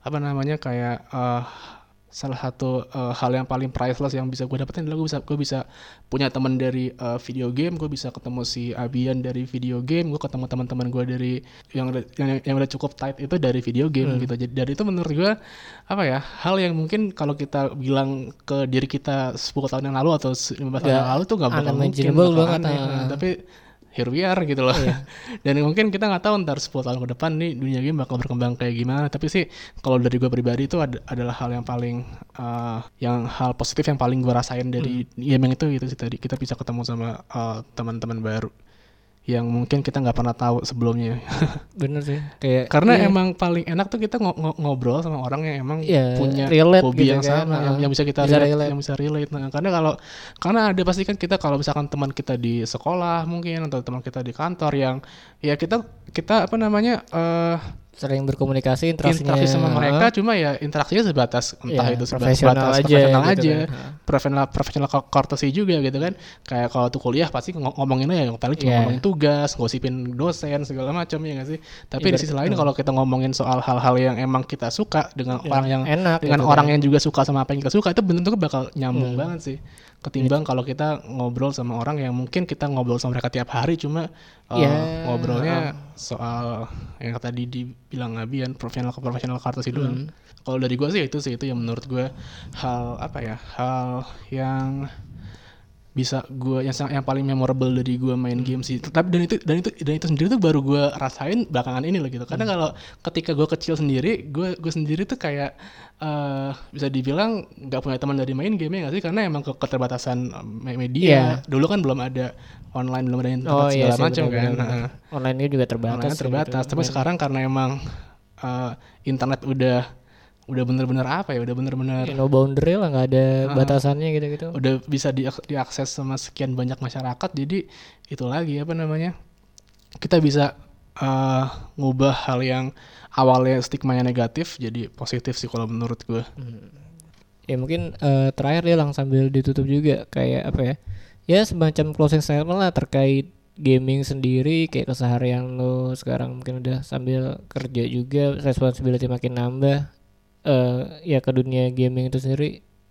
S2: hal yang paling priceless yang bisa gue dapetin adalah gue bisa punya teman dari video game. Gue bisa ketemu si Abian dari video game, gue ketemu teman-teman gue dari yang udah cukup tight itu dari video game gitu. Jadi dari itu menurut gue hal yang mungkin kalau kita bilang ke diri kita 10 tahun yang lalu atau 15 tahun yang lalu tuh gak bakal mungkin, bakal aneh. Tapi here we are gitu loh. Dan mungkin kita nggak tahu ntar 10 tahun ke depan nih dunia game bakal berkembang kayak gimana. Tapi sih kalau dari gue pribadi itu adalah hal yang paling hal positif yang paling gue rasain dari gaming itu gitu sih. Tadi kita bisa ketemu sama teman-teman baru yang mungkin kita nggak pernah tahu sebelumnya.
S1: Bener sih.
S2: Karena emang paling enak tuh kita ngobrol sama orang yang emang punya hobi gitu yang sama, yang bisa kita relate, yang bisa relate. Nah, karena ada pasti kan kita kalau misalkan teman kita di sekolah mungkin atau teman kita di kantor yang ya kita
S1: sering berkomunikasi, interaksi
S2: sama mereka, cuma ya interaksinya sebatas entah itu
S1: profesional
S2: aja, profesional courtesy juga gitu kan. Kayak kalau tuh kuliah pasti ngomonginnya ya paling cuma ngomongin tugas, gosipin dosen segala macam, ya nggak sih. Tapi di sisi lain kalau kita ngomongin soal hal-hal yang emang kita suka dengan orang yang enak, dengan gitu orang yang juga suka sama apa yang kita suka, itu benar-benar bakal nyambung banget sih. Ketimbang kalau kita ngobrol sama orang yang mungkin kita ngobrol sama mereka tiap hari, cuma ngobrolnya soal yang tadi dibilang Abian, profesional courtesy doang. Kalau dari gue sih itu yang menurut gue hal yang bisa gue yang paling memorable dari gue main game sih. Tapi dan itu sendiri tuh baru gue rasain belakangan ini loh gitu. Karena kalau ketika gue kecil sendiri, gue sendiri tuh kayak bisa dibilang nggak punya teman dari main game, ya nggak sih? Karena emang keterbatasan media. Dulu kan belum ada online, belum ada internet segala macam kan.
S1: Online ini juga terbatas.
S2: Tapi sekarang karena emang internet udah bener-bener udah bener-bener
S1: no boundary lah, nggak ada batasannya gitu.
S2: Udah bisa diakses sama sekian banyak masyarakat, jadi itu lagi kita bisa ngubah hal yang awalnya stigmanya negatif jadi positif sih kalau menurut gue.
S1: Ya mungkin terakhir dia sambil ditutup juga kayak ya semacam closing statement lah terkait gaming sendiri, kayak keseharian lo sekarang mungkin udah sambil kerja juga, responsibility makin nambah. Ya ke dunia gaming itu sendiri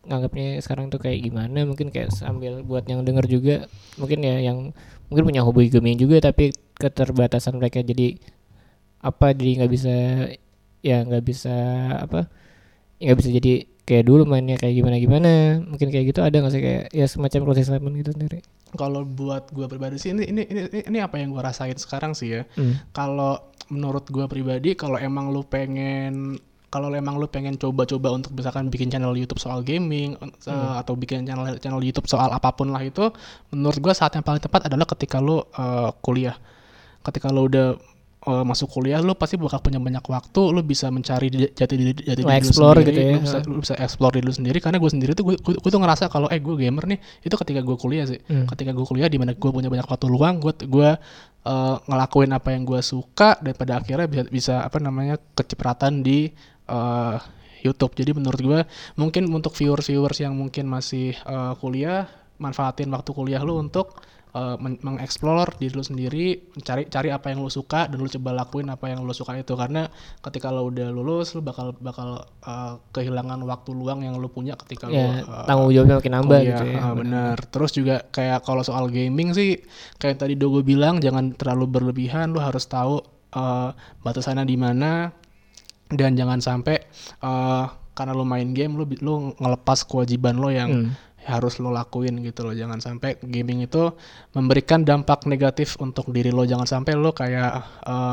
S1: nganggapnya sekarang tuh kayak gimana, mungkin kayak sambil buat yang denger juga mungkin ya yang mungkin punya hobi gaming juga tapi keterbatasan mereka jadi nggak bisa ya nggak bisa apa nggak bisa jadi kayak dulu mainnya kayak gimana mungkin kayak gitu. Ada nggak sih kayak ya semacam closing statement gitu sendiri?
S2: Kalau buat gue pribadi sih ini apa yang gue rasain sekarang sih ya. Kalau menurut gue pribadi kalau emang lu pengen coba-coba untuk misalkan bikin channel YouTube soal gaming atau bikin channel YouTube soal apapun lah, itu menurut gue saat yang paling tepat adalah ketika lu kuliah. Ketika lu udah masuk kuliah, lu pasti bakal punya banyak waktu, lu bisa mencari jati diri lu sendiri, gitu ya. Lu bisa explore diri lu sendiri. Karena gue sendiri tuh gue tuh ngerasa kalau gue gamer nih itu ketika gue kuliah sih. Ketika gue kuliah di mana gue punya banyak waktu luang, gue ngelakuin apa yang gue suka dan pada akhirnya bisa kecipratan di YouTube. Jadi menurut gue mungkin untuk viewers yang mungkin masih kuliah, manfaatin waktu kuliah lu untuk mengeksplor diri lu sendiri, cari apa yang lu suka dan lu coba lakuin apa yang lu suka itu. Karena ketika lu udah lulus, lu bakal kehilangan waktu luang yang lu punya ketika lu
S1: tanggung jawabnya makin nambah gitu ya.
S2: Bener. Terus juga kayak kalau soal gaming sih kayak tadi Dogo bilang, jangan terlalu berlebihan. Lu harus tahu batasannya di mana dan jangan sampai karena lu main game lu ngelepas kewajiban lo yang harus lo lakuin gitu loh. Jangan sampai gaming itu memberikan dampak negatif untuk diri lo. Jangan sampai lo kayak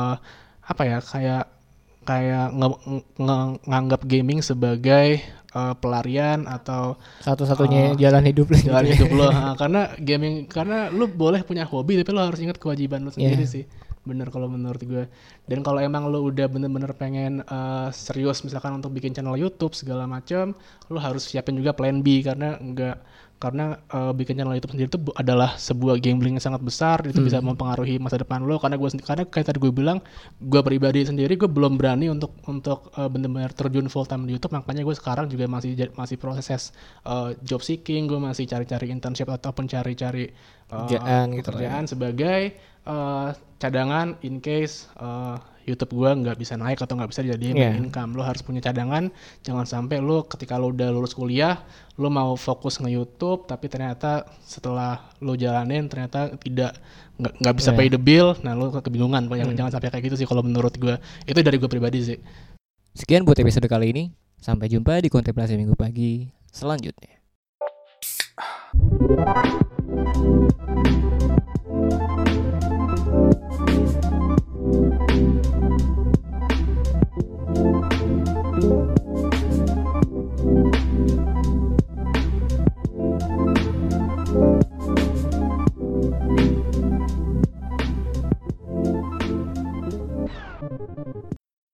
S2: nganggap gaming sebagai pelarian atau
S1: satu-satunya jalan hidup
S2: lo. Karena lo boleh punya hobi tapi lo harus ingat kewajiban lo sendiri sih. Bener kalau menurut gue. Dan kalau emang lo udah bener-bener pengen serius misalkan untuk bikin channel YouTube segala macam, lo harus siapin juga plan B. Karena bikin channel YouTube sendiri itu adalah sebuah gambling yang sangat besar. Itu bisa mempengaruhi masa depan lo. Karena kayak tadi gue bilang, gue pribadi sendiri gue belum berani untuk bener-bener terjun full time di YouTube. Makanya gue sekarang juga masih proses job seeking. Gue masih cari-cari internship ataupun cari-cari pekerjaan sebagai cadangan in case YouTube gue nggak bisa naik atau nggak bisa dijadiin income. Lo harus punya cadangan. Jangan sampai lo ketika lo udah lulus kuliah, lo mau fokus nge-YouTube tapi ternyata setelah lo jalanin ternyata nggak bisa pay the bill. Nah lo kebingungan. Jangan sampai kayak gitu sih kalau menurut gue. Itu dari gue pribadi sih.
S1: Sekian buat episode kali ini. Sampai jumpa di Kontemplasi Minggu Pagi selanjutnya.